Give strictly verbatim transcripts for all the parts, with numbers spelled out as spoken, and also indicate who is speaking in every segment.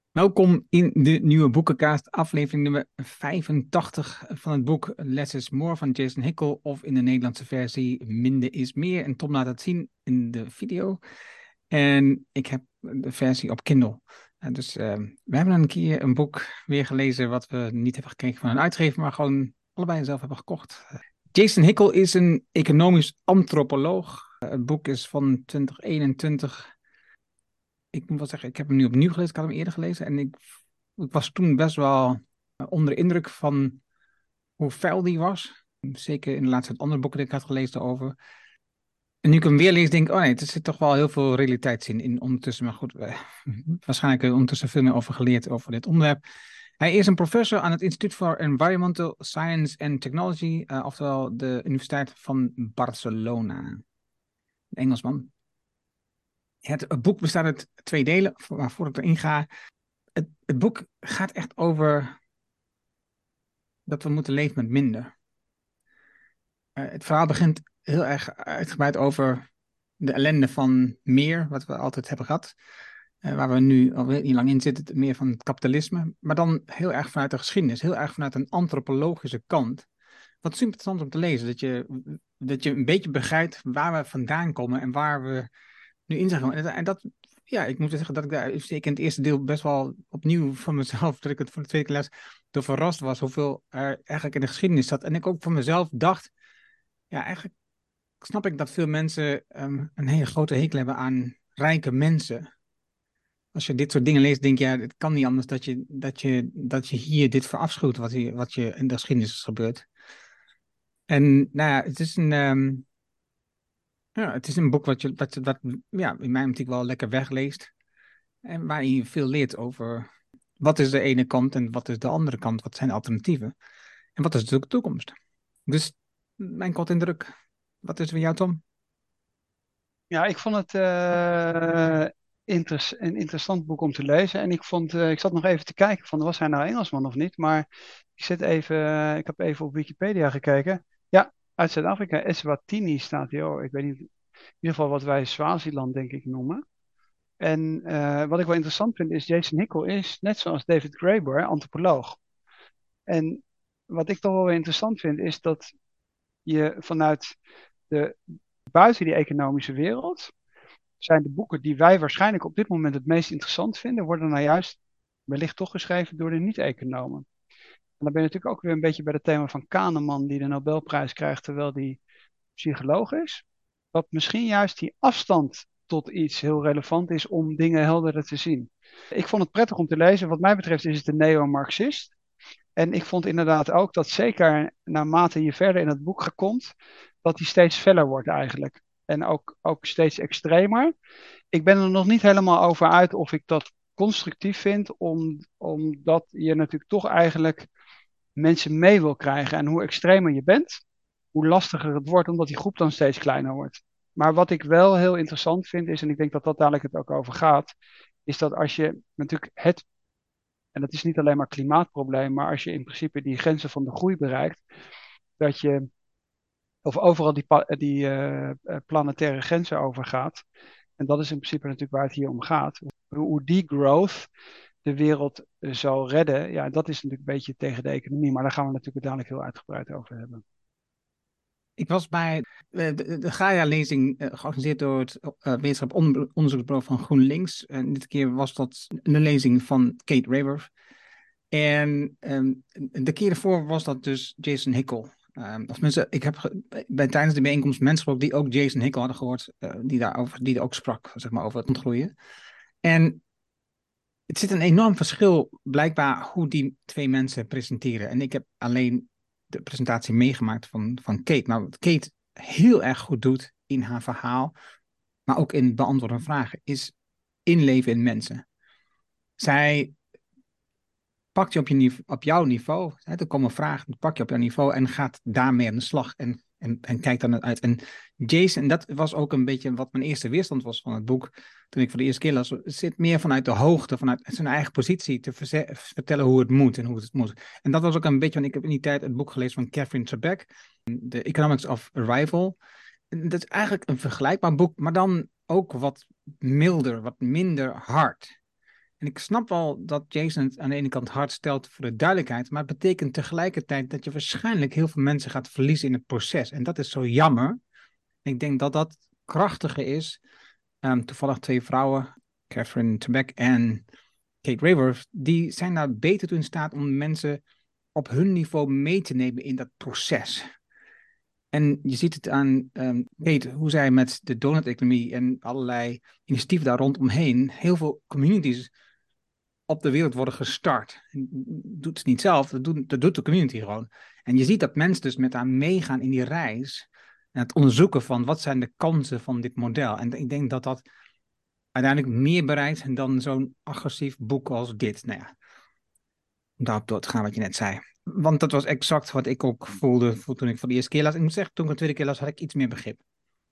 Speaker 1: Welkom in de nieuwe boekencast, aflevering nummer vijfentachtig van het boek Less is More van Jason Hickel, of in de Nederlandse versie Minder is Meer. En Tom laat het zien in de video. En ik heb de versie op Kindle. En dus uh, we hebben een keer een boek weer gelezen wat we niet hebben gekregen van een uitgever, maar gewoon allebei zelf hebben gekocht. Jason Hickel is een economisch antropoloog. Uh, het boek is van twintig eenentwintig. Ik moet wel zeggen, ik heb hem nu opnieuw gelezen. Ik had hem eerder gelezen. En ik, ik was toen best wel uh, onder de indruk van hoe vuil die was. Zeker in de laatste andere boeken die ik had gelezen over. En nu ik hem weer lees, denk ik, oh nee, er zit toch wel heel veel realiteitszin in ondertussen. Maar goed, uh, waarschijnlijk heb ik ondertussen veel meer over geleerd over dit onderwerp. Hij is een professor aan het Instituut for Environmental Science and Technology, uh, oftewel de Universiteit van Barcelona. Een Engelsman. Het, het boek bestaat uit twee delen, maar voordat ik erin ga. Het, het boek gaat echt over dat we moeten leven met minder. Uh, het verhaal begint heel erg uitgebreid over de ellende van meer, wat we altijd hebben gehad. Uh, waar we nu al niet lang in zitten, meer van het kapitalisme. Maar dan heel erg vanuit de geschiedenis, heel erg vanuit een antropologische kant. Wat super interessant om te lezen, dat je, dat je een beetje begrijpt waar we vandaan komen en waar we nu in zijn gekomen. En, en dat, ja, ik moet zeggen dat ik daar zeker in het eerste deel best wel opnieuw van mezelf, dat ik het voor de tweede keer les, door verrast was hoeveel er eigenlijk in de geschiedenis zat. En ik ook voor mezelf dacht, ja, eigenlijk snap ik dat veel mensen um, een hele grote hekel hebben aan rijke mensen. Als je dit soort dingen leest, denk je, ja, het kan niet anders dat je, dat je, dat je hier dit verafschuwt wat, hier, wat je in de geschiedenis is gebeurd. En nou ja, het is een, um, ja, het is een boek wat, je, wat, wat ja, in mijn optiek wel lekker wegleest. En waarin je veel leert over wat is de ene kant en wat is de andere kant. Wat zijn de alternatieven? En wat is de toekomst? Dus mijn korte indruk. Wat is er van jou, Tom?
Speaker 2: Ja, ik vond het eh, interess- een interessant boek om te lezen. En ik vond, eh, ik zat nog even te kijken van, was hij nou Engelsman of niet? Maar ik zit even, eh, ik heb even op Wikipedia gekeken. Ja, uit Zuid-Afrika, Eswatini staat hier. Oh, ik weet niet, in ieder geval wat wij Swaziland denk ik noemen. En eh, wat ik wel interessant vind is, Jason Hickel is, net zoals David Graeber, antropoloog. En wat ik toch wel weer interessant vind, is dat je vanuit de buiten die economische wereld zijn de boeken die wij waarschijnlijk op dit moment het meest interessant vinden, worden nou juist wellicht toch geschreven door de niet-economen. En dan ben je natuurlijk ook weer een beetje bij het thema van Kahneman, die de Nobelprijs krijgt terwijl die psycholoog is. Dat misschien juist die afstand tot iets heel relevant is om dingen helderder te zien. Ik vond het prettig om te lezen. Wat mij betreft is het een neo-Marxist. En ik vond inderdaad ook dat zeker naarmate je verder in het boek komt, dat die steeds feller wordt eigenlijk. En ook, ook steeds extremer. Ik ben er nog niet helemaal over uit of ik dat constructief vind, om, omdat je natuurlijk toch eigenlijk mensen mee wil krijgen. En hoe extremer je bent, hoe lastiger het wordt, omdat die groep dan steeds kleiner wordt. Maar wat ik wel heel interessant vind is, en ik denk dat dat dadelijk het ook over gaat, is dat als je natuurlijk het, en dat is niet alleen maar klimaatprobleem, maar als je in principe die grenzen van de groei bereikt, dat je, of overal die, die uh, planetaire grenzen overgaat. En dat is in principe natuurlijk waar het hier om gaat. Hoe die growth de wereld zal redden, ja, dat is natuurlijk een beetje tegen de economie. Maar daar gaan we natuurlijk dadelijk heel uitgebreid over hebben.
Speaker 1: Ik was bij uh, de, de Gaia-lezing uh, georganiseerd door het uh, wetenschap on- onderzoeksbureau van GroenLinks. En dit keer was dat een lezing van Kate Raworth. En um, de keer ervoor was dat dus Jason Hickel. Um, of mensen, ik heb ge- bij, tijdens de bijeenkomst mensen gesproken die ook Jason Hickel hadden gehoord, uh, die daarover, die ook sprak, zeg maar, over het ontgroeien. En het zit een enorm verschil, blijkbaar, hoe die twee mensen presenteren. En ik heb alleen de presentatie meegemaakt van, van Kate. Maar wat Kate heel erg goed doet in haar verhaal, maar ook in het beantwoorden van vragen, is inleven in mensen. Zij pakt je op, je niveau, op jouw niveau. Hè, er komen vragen, dan pak je op jouw niveau en gaat daarmee aan de slag. En, en, en kijkt dan uit. En Jason, en dat was ook een beetje wat mijn eerste weerstand was van het boek. Toen ik voor de eerste keer las, zit meer vanuit de hoogte, vanuit zijn eigen positie te verze- vertellen hoe het moet en hoe het moet. En dat was ook een beetje, want ik heb in die tijd het boek gelezen van Catherine Trebek, The Economics of Arrival. En dat is eigenlijk een vergelijkbaar boek, maar dan ook wat milder, wat minder hard. En ik snap wel dat Jason het aan de ene kant hard stelt voor de duidelijkheid, maar het betekent tegelijkertijd dat je waarschijnlijk heel veel mensen gaat verliezen in het proces. En dat is zo jammer. Ik denk dat dat krachtiger is. Um, toevallig twee vrouwen, Catherine Trebek en Kate Raworth, die zijn daar beter toe in staat om mensen op hun niveau mee te nemen in dat proces. En je ziet het aan um, Kate, hoe zij met de donut-economie en allerlei initiatieven daar rondomheen, heel veel communities op de wereld worden gestart. Doet het niet zelf, dat doet, dat doet de community gewoon. En je ziet dat mensen dus met haar meegaan in die reis en het onderzoeken van wat zijn de kansen van dit model. En ik denk dat dat uiteindelijk meer bereikt dan zo'n agressief boek als dit. Nou ja, om daarop door te gaan wat je net zei. Want dat was exact wat ik ook voelde toen ik voor de eerste keer las. Ik moet zeggen, toen ik de tweede keer las, had ik iets meer begrip.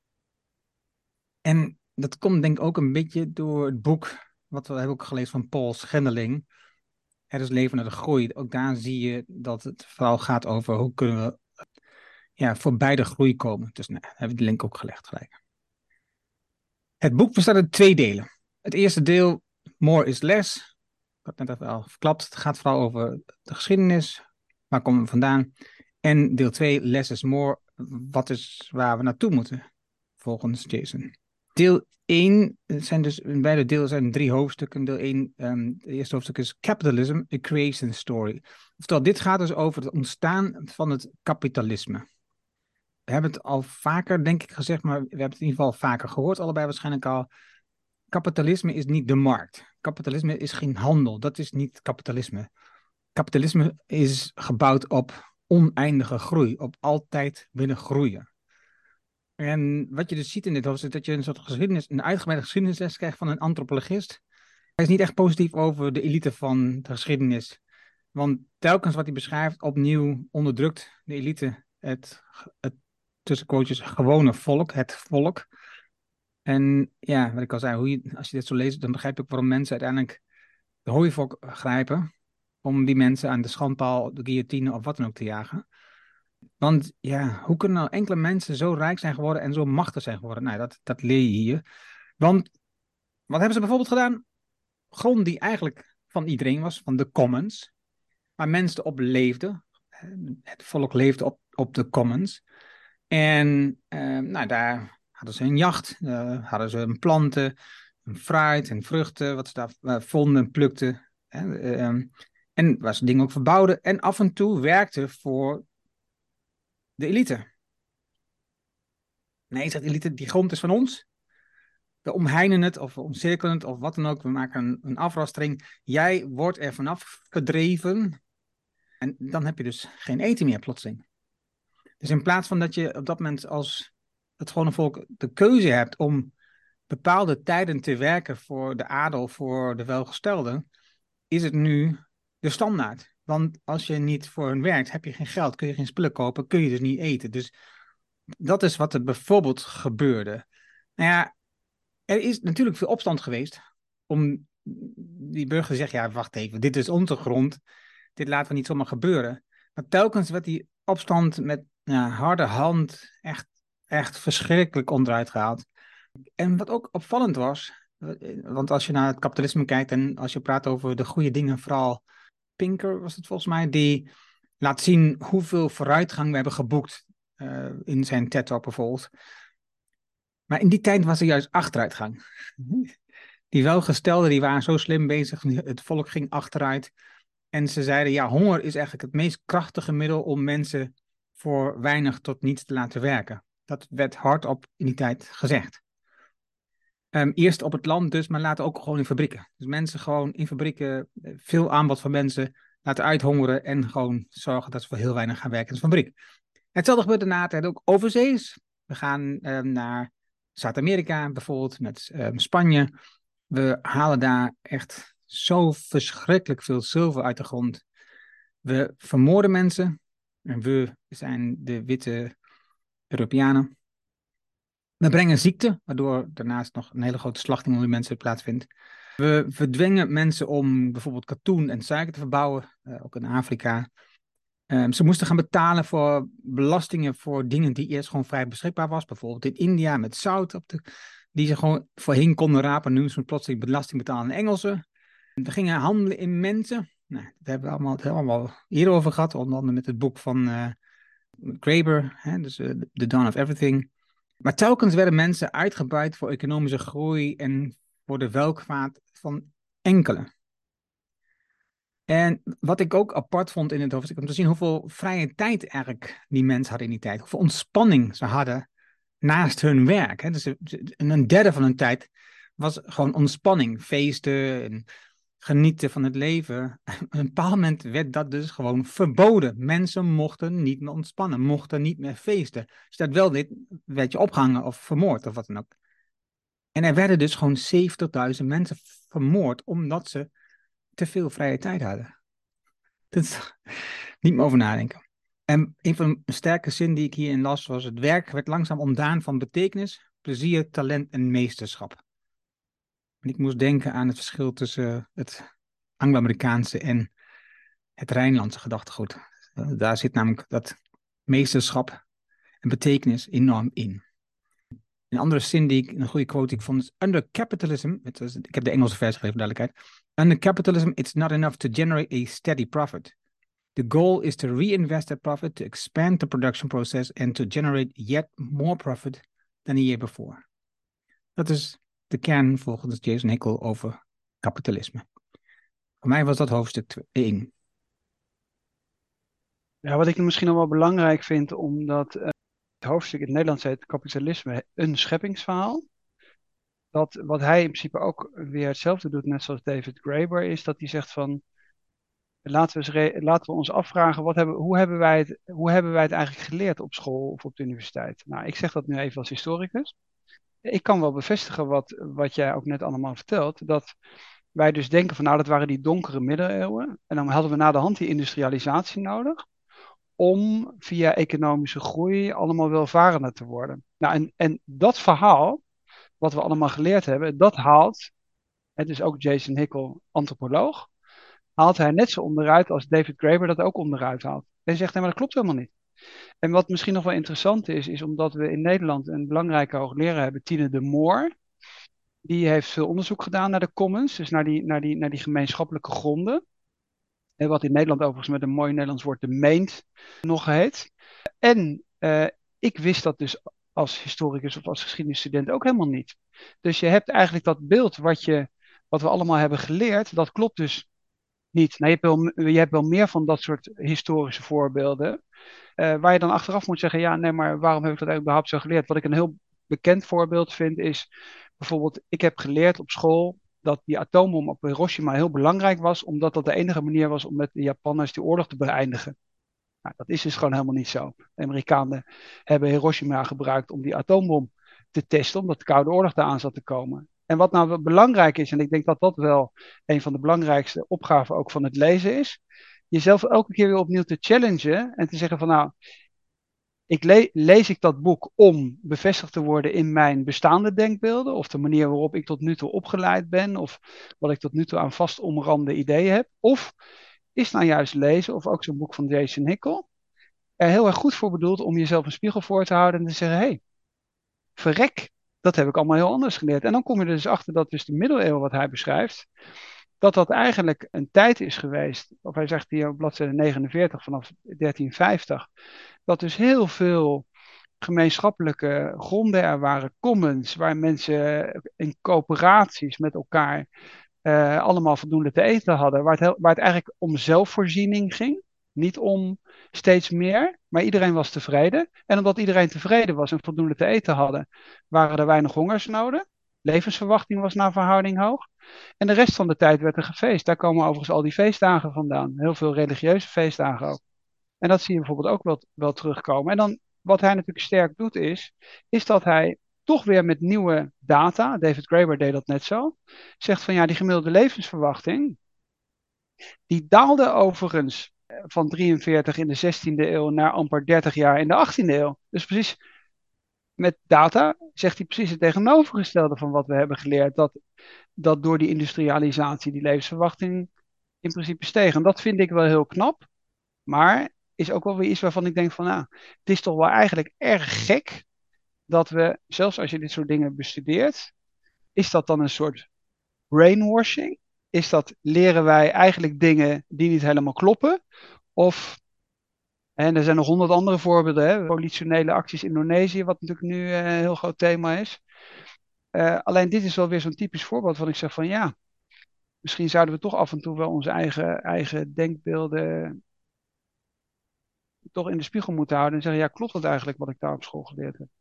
Speaker 1: En dat komt denk ik ook een beetje door het boek, wat we hebben ook gelezen van Paul Schendeling. Het is leven naar de groei. Ook daar zie je dat het vooral gaat over hoe kunnen we ja, voor beide groei komen. Dus nou, hebben we de link ook gelegd gelijk. Het boek bestaat uit twee delen. Het eerste deel, More is Less. Ik had net even al verklapt. Het gaat vooral over de geschiedenis. Waar komen we vandaan? En deel twee, Less is More. Wat is waar we naartoe moeten, volgens Jason. Deel één zijn dus, in beide delen zijn drie hoofdstukken. Deel één, um, het eerste hoofdstuk is Capitalism, a Creation Story. Oftewel, dit gaat dus over het ontstaan van het kapitalisme. We hebben het al vaker, denk ik, gezegd, maar we hebben het in ieder geval vaker gehoord, allebei waarschijnlijk al. Kapitalisme is niet de markt. Kapitalisme is geen handel. Dat is niet kapitalisme. Kapitalisme is gebouwd op oneindige groei, op altijd willen groeien. En wat je dus ziet in dit hoofdstuk, dat je een soort geschiedenis, een uitgebreide geschiedenisles krijgt van een antropologist. Hij is niet echt positief over de elite van de geschiedenis. Want telkens wat hij beschrijft, opnieuw onderdrukt de elite het, het tussen quotes gewone volk, het volk. En ja, wat ik al zei, hoe je, als je dit zo leest, dan begrijp je ook waarom mensen uiteindelijk de hooivork grijpen om die mensen aan de schandpaal, de guillotine of wat dan ook te jagen. Want ja, hoe kunnen nou enkele mensen zo rijk zijn geworden en zo machtig zijn geworden? Nou, dat, dat leer je hier. Want wat hebben ze bijvoorbeeld gedaan? Grond die eigenlijk van iedereen was, van de commons, waar mensen op leefden. Het volk leefde op, op de commons. En uh, nou, daar hadden ze een jacht, uh, hadden ze een planten, een fruit en vruchten, wat ze daar uh, vonden en plukten. Hè, uh, en waar ze dingen ook verbouwden. En af en toe werkten voor de elite. Nee, zegt de elite, die grond is van ons. We omheinen het of we omcirkelen het of wat dan ook. We maken een, een afrastering. Jij wordt er vanaf gedreven. En dan heb je dus geen eten meer plotseling. Dus in plaats van dat je op dat moment als het gewone volk de keuze hebt om bepaalde tijden te werken voor de adel, voor de welgestelden, is het nu de standaard. Want als je niet voor hen werkt, heb je geen geld, kun je geen spullen kopen, kun je dus niet eten. Dus dat is wat er bijvoorbeeld gebeurde. Nou ja, er is natuurlijk veel opstand geweest om die burger te zeggen, ja, wacht even, dit is onze grond, dit laten we niet zomaar gebeuren. Maar telkens werd die opstand met ja, harde hand echt, echt verschrikkelijk onderuit gehaald. En wat ook opvallend was, want als je naar het kapitalisme kijkt en als je praat over de goede dingen, vooral Pinker was het volgens mij, die laat zien hoeveel vooruitgang we hebben geboekt uh, in zijn TED-talk bijvoorbeeld. Maar in die tijd was er juist achteruitgang. Die welgestelden, die waren zo slim bezig, het volk ging achteruit. En ze zeiden, ja, honger is eigenlijk het meest krachtige middel om mensen voor weinig tot niets te laten werken. Dat werd hardop in die tijd gezegd. Um, eerst op het land dus, maar later ook gewoon in fabrieken. Dus mensen gewoon in fabrieken, veel aanbod van mensen laten uithongeren en gewoon zorgen dat ze voor heel weinig gaan werken in de fabriek. Hetzelfde gebeurt daarna tijd ook overzees. We gaan um, naar Zuid-Amerika bijvoorbeeld, met um, Spanje. We halen daar echt zo verschrikkelijk veel zilver uit de grond. We vermoorden mensen. En we zijn de witte Europeanen. We brengen ziekte, waardoor daarnaast nog een hele grote slachting onder mensen plaatsvindt. We verdwingen mensen om bijvoorbeeld katoen en suiker te verbouwen, uh, ook in Afrika. Um, ze moesten gaan betalen voor belastingen voor dingen die eerst gewoon vrij beschikbaar was. Bijvoorbeeld in India met zout, op de, die ze gewoon voorheen konden rapen. Nu ze plotseling belasting betalen aan de Engelsen. We gingen handelen in mensen. Nou, daar hebben we allemaal, het allemaal eerder over gehad, onder andere met het boek van uh, Graeber, hè, dus uh, The Dawn of Everything. Maar telkens werden mensen uitgebuit voor economische groei en voor de welvaart van enkelen. En wat ik ook apart vond in het hoofdstuk, om te zien hoeveel vrije tijd eigenlijk die mensen hadden in die tijd. Hoeveel ontspanning ze hadden naast hun werk. Hè. Dus een derde van hun tijd was gewoon ontspanning, feesten en genieten van het leven. Op een bepaald moment werd dat dus gewoon verboden. Mensen mochten niet meer ontspannen, mochten niet meer feesten. Als je dat wel deed, werd je opgehangen of vermoord of wat dan ook. En er werden dus gewoon zeventigduizend mensen vermoord omdat ze te veel vrije tijd hadden. Dat is niet meer over nadenken. En een van de sterke zinnen die ik hierin las was: het werk werd langzaam ontdaan van betekenis, plezier, talent en meesterschap. En ik moest denken aan het verschil tussen het Anglo-Amerikaanse en het Rijnlandse gedachtegoed. Daar zit namelijk dat meesterschap en betekenis enorm in. Een andere zin die ik, een goede quote die ik vond is: under capitalism, het was, ik heb de Engelse versie gegeven, duidelijkheid. Under capitalism, it's not enough to generate a steady profit. The goal is to reinvest that profit, to expand the production process and to generate yet more profit than the year before. Dat is de kern volgens Jason Hickel over kapitalisme. Voor mij was dat hoofdstuk één.
Speaker 2: Ja, wat ik misschien nog wel belangrijk vind, omdat uh, het hoofdstuk in het Nederlands heet kapitalisme, een scheppingsverhaal. Dat wat hij in principe ook weer hetzelfde doet, net zoals David Graeber, is dat hij zegt van, laten we, eens re- laten we ons afvragen, wat hebben, hoe, hebben wij het, hoe hebben wij het eigenlijk geleerd op school of op de universiteit? Nou, ik zeg dat nu even als historicus. Ik kan wel bevestigen wat, wat jij ook net allemaal vertelt, dat wij dus denken van, nou, dat waren die donkere middeleeuwen. En dan hadden we na de hand die industrialisatie nodig om via economische groei allemaal welvarender te worden. Nou, en, en dat verhaal, wat we allemaal geleerd hebben, dat haalt, het is ook Jason Hickel, antropoloog, haalt hij net zo onderuit als David Graeber dat ook onderuit haalt. En zegt, nee, maar dat klopt helemaal niet. En wat misschien nog wel interessant is, is omdat we in Nederland een belangrijke hoogleraar hebben, Tine de Moor. Die heeft veel onderzoek gedaan naar de commons, dus naar die, naar die, naar die gemeenschappelijke gronden. En wat in Nederland overigens met een mooi Nederlands woord de meent nog heet. En uh, ik wist dat dus als historicus of als geschiedenisstudent ook helemaal niet. Dus je hebt eigenlijk dat beeld wat, je, wat we allemaal hebben geleerd, dat klopt dus niet. Nou, je, hebt wel, je hebt wel meer van dat soort historische voorbeelden. Uh, waar je dan achteraf moet zeggen, ja, nee, maar waarom heb ik dat eigenlijk überhaupt zo geleerd? Wat ik een heel bekend voorbeeld vind is, bijvoorbeeld, ik heb geleerd op school dat die atoombom op Hiroshima heel belangrijk was, omdat dat de enige manier was om met de Japanners die oorlog te beëindigen. Nou, dat is dus gewoon helemaal niet zo. De Amerikanen hebben Hiroshima gebruikt om die atoombom te testen, omdat de Koude Oorlog eraan zat te komen. En wat nou belangrijk is, en ik denk dat dat wel een van de belangrijkste opgaven ook van het lezen is, jezelf elke keer weer opnieuw te challengen en te zeggen van nou, ik le- lees ik dat boek om bevestigd te worden in mijn bestaande denkbeelden, of de manier waarop ik tot nu toe opgeleid ben, of wat ik tot nu toe aan vast omrande ideeën heb, of is nou juist lezen, of ook zo'n boek van Jason Hickel, er heel erg goed voor bedoeld om jezelf een spiegel voor te houden en te zeggen, hé, hey, verrek, dat heb ik allemaal heel anders geleerd. En dan kom je er dus achter dat dus de middeleeuwen wat hij beschrijft, dat dat eigenlijk een tijd is geweest, of hij zegt hier op bladzijde negenenveertig vanaf dertienvijftig, dat dus heel veel gemeenschappelijke gronden er waren, commons, waar mensen in coöperaties met elkaar uh, allemaal voldoende te eten hadden, waar het, heel, waar het eigenlijk om zelfvoorziening ging, niet om steeds meer, maar iedereen was tevreden. En omdat iedereen tevreden was en voldoende te eten hadden, waren er weinig hongersnoden. Levensverwachting was naar verhouding hoog. En de rest van de tijd werd er gefeest. Daar komen overigens al die feestdagen vandaan. Heel veel religieuze feestdagen ook. En dat zie je bijvoorbeeld ook wel, wel terugkomen. En dan, wat hij natuurlijk sterk doet is, is dat hij toch weer met nieuwe data, David Graeber deed dat net zo, zegt van ja, die gemiddelde levensverwachting, die daalde overigens van drieënveertig in de zestiende eeuw naar amper dertig jaar in de achttiende eeuw. Dus precies met data zegt hij precies het tegenovergestelde van wat we hebben geleerd, dat, dat door die industrialisatie die levensverwachting in principe steeg. En dat vind ik wel heel knap, maar is ook wel weer iets waarvan ik denk van, nou, het is toch wel eigenlijk erg gek dat we, zelfs als je dit soort dingen bestudeert, is dat dan een soort brainwashing? is dat, leren wij eigenlijk dingen die niet helemaal kloppen? Of, en er zijn nog honderd andere voorbeelden, hè, politionele acties in Indonesië, wat natuurlijk nu eh, een heel groot thema is. Uh, alleen dit is wel weer zo'n typisch voorbeeld van ik zeg van ja, misschien zouden we toch af en toe wel onze eigen, eigen denkbeelden toch in de spiegel moeten houden en zeggen, ja, klopt dat eigenlijk wat ik daar op school geleerd heb?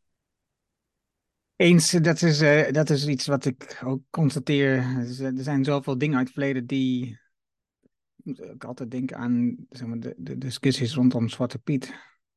Speaker 1: Eens, dat is, uh, dat is iets wat ik ook constateer. Dus, uh, er zijn zoveel dingen uit het verleden die ik altijd denk aan, zeg maar, de, de discussies rondom Zwarte Piet.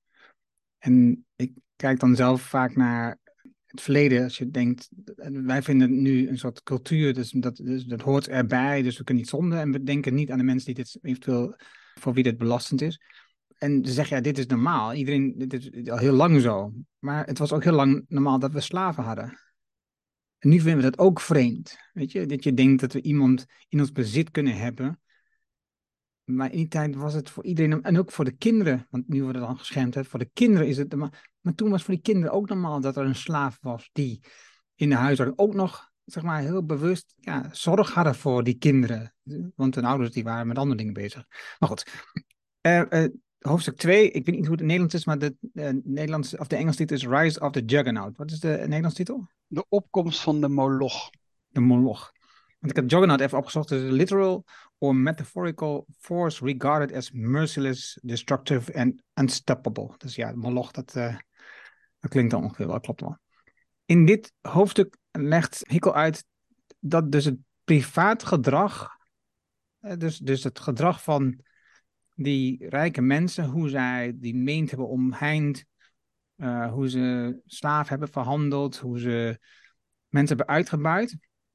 Speaker 1: En ik kijk dan zelf vaak naar het verleden. Als je denkt, wij vinden nu een soort cultuur, dus dat, dus dat hoort erbij, dus we kunnen niet zonder. En we denken niet aan de mensen die dit eventueel, voor wie dit belastend is. En ze zeggen, ja, dit is normaal. Iedereen, dit is al heel lang zo. Maar het was ook heel lang normaal dat we slaven hadden. En nu vinden we dat ook vreemd. Weet je, dat je denkt dat we iemand in ons bezit kunnen hebben. Maar in die tijd was het voor iedereen, en ook voor de kinderen, want nu wordt het dan geschermd, hè, voor de kinderen is het, maar, maar toen was voor die kinderen ook normaal dat er een slaaf was die in de huishouding ook nog, zeg maar, heel bewust ja, zorg hadden voor die kinderen. Want hun ouders die waren met andere dingen bezig. Maar goed, uh, uh, hoofdstuk twee, ik weet niet hoe het Nederlands is, maar de, uh, Nederlands, of de Engelse titel is Rise of the Juggernaut. Wat is de Nederlandse titel?
Speaker 2: De opkomst van de moloch.
Speaker 1: De Moloch. Want ik heb Juggernaut even opgezocht. Het is a literal or metaphorical force regarded as merciless, destructive and unstoppable. Dus ja, Moloch, dat, uh, dat klinkt dan ongeveer wel, klopt wel. In dit hoofdstuk legt Hickel uit dat dus het privaat gedrag, dus, dus het gedrag van die rijke mensen, hoe zij die meent hebben omheind, uh, hoe ze slaaf hebben verhandeld, hoe ze mensen hebben uitgebuit,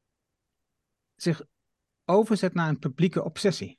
Speaker 1: zich overzet naar een publieke obsessie.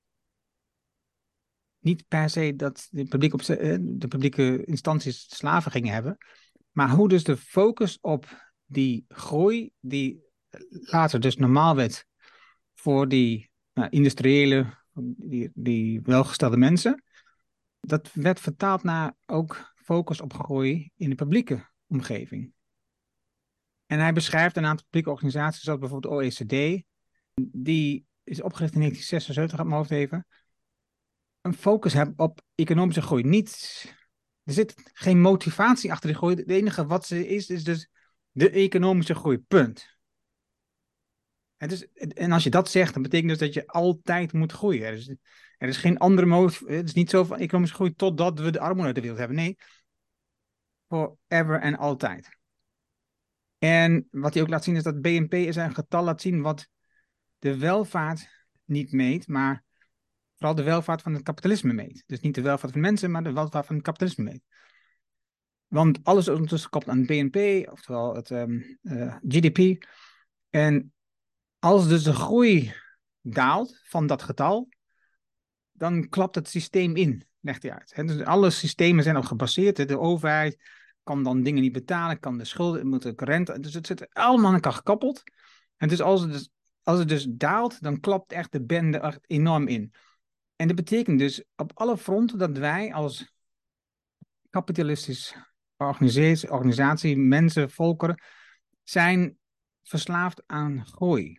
Speaker 1: Niet per se dat de publieke, de publieke instanties slaven gingen hebben, maar hoe dus de focus op die groei, die later dus normaal werd voor die nou, industriële, die, die welgestelde mensen, dat werd vertaald naar ook focus op groei in de publieke omgeving. En hij beschrijft een aantal publieke organisaties, zoals bijvoorbeeld O E C D, die is opgericht in negentien zesenzeventig, uit mijn hoofd even, een focus hebben op economische groei. Niet, er zit geen motivatie achter die groei. Het enige wat ze is, is dus de economische groei. Punt. Het is, en als je dat zegt, dan betekent dus dat je altijd moet groeien. Er is, er is geen andere motivatie. Het is niet zo van economische groei totdat we de armoede uit de wereld hebben. Nee, forever en altijd. En wat hij ook laat zien is dat B N P is een getal laat zien wat de welvaart niet meet, maar vooral de welvaart van het kapitalisme meet. Dus niet de welvaart van mensen, maar de welvaart van het kapitalisme meet. Want alles is ondertussen gekoppeld aan het B N P, oftewel het um, uh, G D P. En als dus de groei daalt van dat getal, dan klapt het systeem in, legt hij uit. He, dus alle systemen zijn op gebaseerd. He, de overheid kan dan dingen niet betalen, kan de schulden, moet ook rente. Dus het zit allemaal aan elkaar gekoppeld. En dus als het dus, als het dus daalt, dan klapt echt de bende echt enorm in. En dat betekent dus op alle fronten dat wij als kapitalistisch organisatie, organisatie, mensen, volkeren, zijn verslaafd aan groei.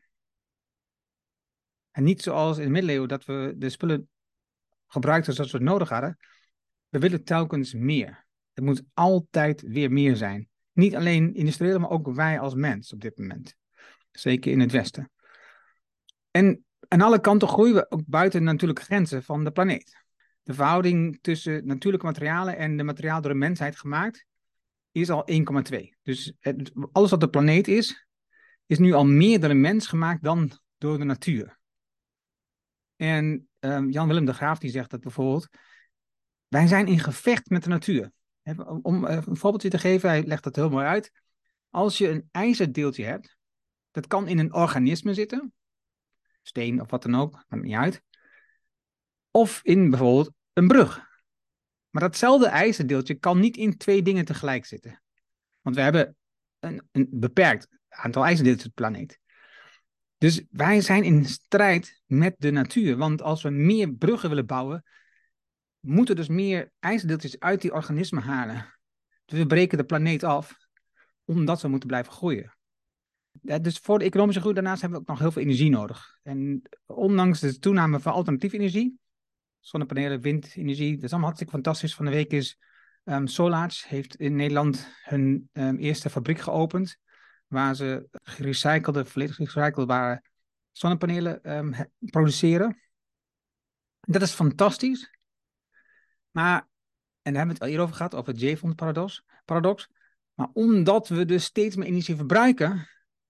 Speaker 1: En niet zoals in de middeleeuwen dat we de spullen gebruikten zoals we het nodig hadden. We willen telkens meer. Het moet altijd weer meer zijn. Niet alleen industrieel, maar ook wij als mens op dit moment. Zeker in het Westen. En aan alle kanten groeien we ook buiten de natuurlijke grenzen van de planeet. De verhouding tussen natuurlijke materialen en de materiaal door de mensheid gemaakt is al één komma twee. Dus het, alles wat de planeet is, is nu al meer door de mens gemaakt dan door de natuur. En um, Jan Willem de Graaf die zegt dat bijvoorbeeld, wij zijn in gevecht met de natuur. Om uh, een voorbeeldje te geven, hij legt dat heel mooi uit. Als je een ijzerdeeltje hebt, dat kan in een organisme zitten, steen of wat dan ook, maakt niet uit. Of in bijvoorbeeld een brug. Maar datzelfde ijzerdeeltje kan niet in twee dingen tegelijk zitten. Want we hebben een, een beperkt aantal ijzerdeeltjes op de planeet. Dus wij zijn in strijd met de natuur. Want als we meer bruggen willen bouwen, moeten dus meer ijzerdeeltjes uit die organismen halen. Dus we breken de planeet af, omdat we moeten blijven groeien. Ja, dus voor de economische groei daarnaast hebben we ook nog heel veel energie nodig. En ondanks de toename van alternatieve energie, zonnepanelen, windenergie, dat is allemaal hartstikke fantastisch. Van de week is um, Solaars heeft in Nederland hun um, eerste fabriek geopend, waar ze gerecyclede, volledig gerecyclebare zonnepanelen um, produceren. Dat is fantastisch, maar, en daar hebben we het al eerder over gehad, over het Jevons-paradox, paradox, maar omdat we dus steeds meer energie verbruiken,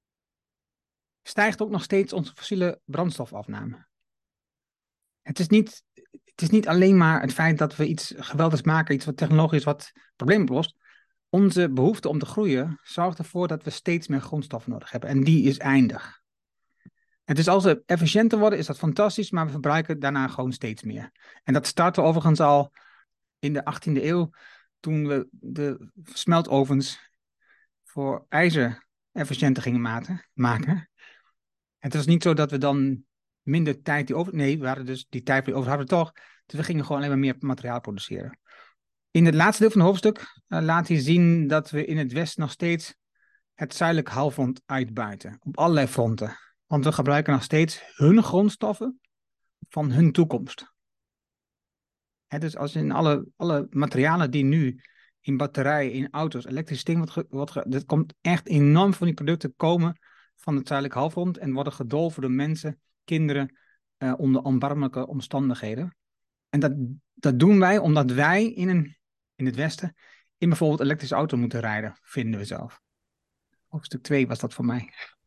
Speaker 1: stijgt ook nog steeds onze fossiele brandstofafname. Het is niet, het is niet alleen maar het feit dat we iets geweldigs maken, iets wat technologisch wat problemen oplost. Onze behoefte om te groeien zorgt ervoor dat we steeds meer grondstoffen nodig hebben. En die is eindig. En dus als we efficiënter worden, is dat fantastisch, maar we verbruiken daarna gewoon steeds meer. En dat startte overigens al in de achttiende eeuw, toen we de smeltovens voor ijzer efficiënter gingen maken. Het was niet zo dat we dan minder tijd die over... Nee, we hadden dus die tijd die over hadden we toch. Dus we gingen gewoon alleen maar meer materiaal produceren. In het laatste deel van het hoofdstuk uh, laat hij zien dat we in het Westen nog steeds het zuidelijk halfrond uitbuiten. Op allerlei fronten. Want we gebruiken nog steeds hun grondstoffen van hun toekomst. Hè, dus als in alle, alle materialen die nu in batterijen, in auto's, elektriciteit wordt, ge, wordt ge, dat komt echt enorm van die producten komen van het zuidelijk halfrond en worden gedolven door mensen, kinderen, uh, onder onbarmelijke omstandigheden. En dat, dat doen wij omdat wij in, een, in het Westen in bijvoorbeeld een elektrische auto moeten rijden, vinden we zelf. Hoofdstuk twee was dat voor mij.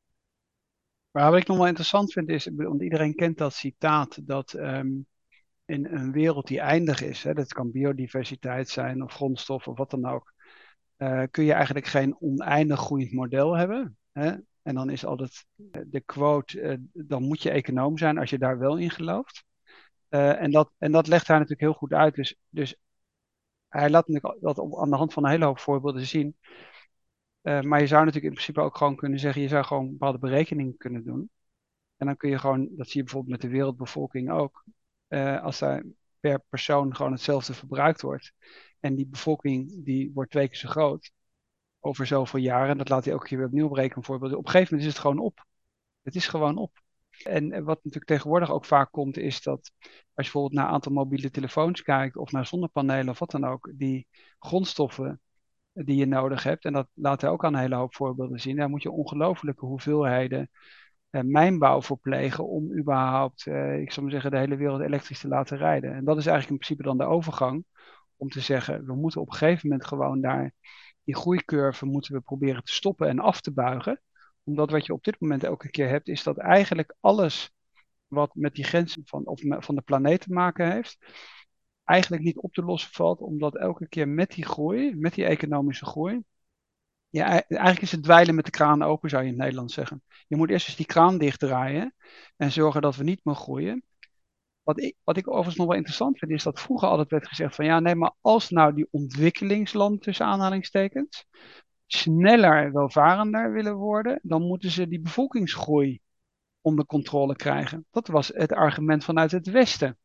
Speaker 2: Maar wat ik nog wel interessant vind is, want iedereen kent dat citaat dat um, in een wereld die eindig is, hè, dat kan biodiversiteit zijn of grondstof of wat dan ook, uh, kun je eigenlijk geen oneindig groeiend model hebben. Hè? En dan is altijd de quote, uh, dan moet je econoom zijn als je daar wel in gelooft. Uh, en, dat, en dat legt hij natuurlijk heel goed uit. Dus, dus hij laat natuurlijk dat op, aan de hand van een hele hoop voorbeelden zien. Uh, maar je zou natuurlijk in principe ook gewoon kunnen zeggen, je zou gewoon bepaalde berekeningen kunnen doen. En dan kun je gewoon, dat zie je bijvoorbeeld met de wereldbevolking ook, uh, als daar per persoon gewoon hetzelfde verbruikt wordt. En die bevolking die wordt twee keer zo groot over zoveel jaren. Dat laat hij elke keer weer opnieuw berekenen bijvoorbeeld. Op een gegeven moment is het gewoon op. Het is gewoon op. En wat natuurlijk tegenwoordig ook vaak komt, is dat als je bijvoorbeeld naar een aantal mobiele telefoons kijkt of naar zonnepanelen of wat dan ook, die grondstoffen die je nodig hebt, en dat laat hij ook aan een hele hoop voorbeelden zien, daar moet je ongelofelijke hoeveelheden uh, mijnbouw voor plegen om überhaupt, uh, ik zou maar zeggen, de hele wereld elektrisch te laten rijden. En dat is eigenlijk in principe dan de overgang om te zeggen, we moeten op een gegeven moment gewoon daar die groeicurve moeten we proberen te stoppen en af te buigen. Omdat wat je op dit moment elke keer hebt, is dat eigenlijk alles wat met die grenzen van, of van de planeet te maken heeft, eigenlijk niet op te lossen valt, omdat elke keer met die groei, met die economische groei, ja, eigenlijk is het dweilen met de kraan open, zou je in het Nederlands zeggen. Je moet eerst eens die kraan dichtdraaien en zorgen dat we niet meer groeien. Wat ik, wat ik overigens nog wel interessant vind, is dat vroeger altijd werd gezegd van ja, nee, maar als nou die ontwikkelingslanden tussen aanhalingstekens sneller welvarender willen worden, dan moeten ze die bevolkingsgroei onder controle krijgen. Dat was het argument vanuit het Westen.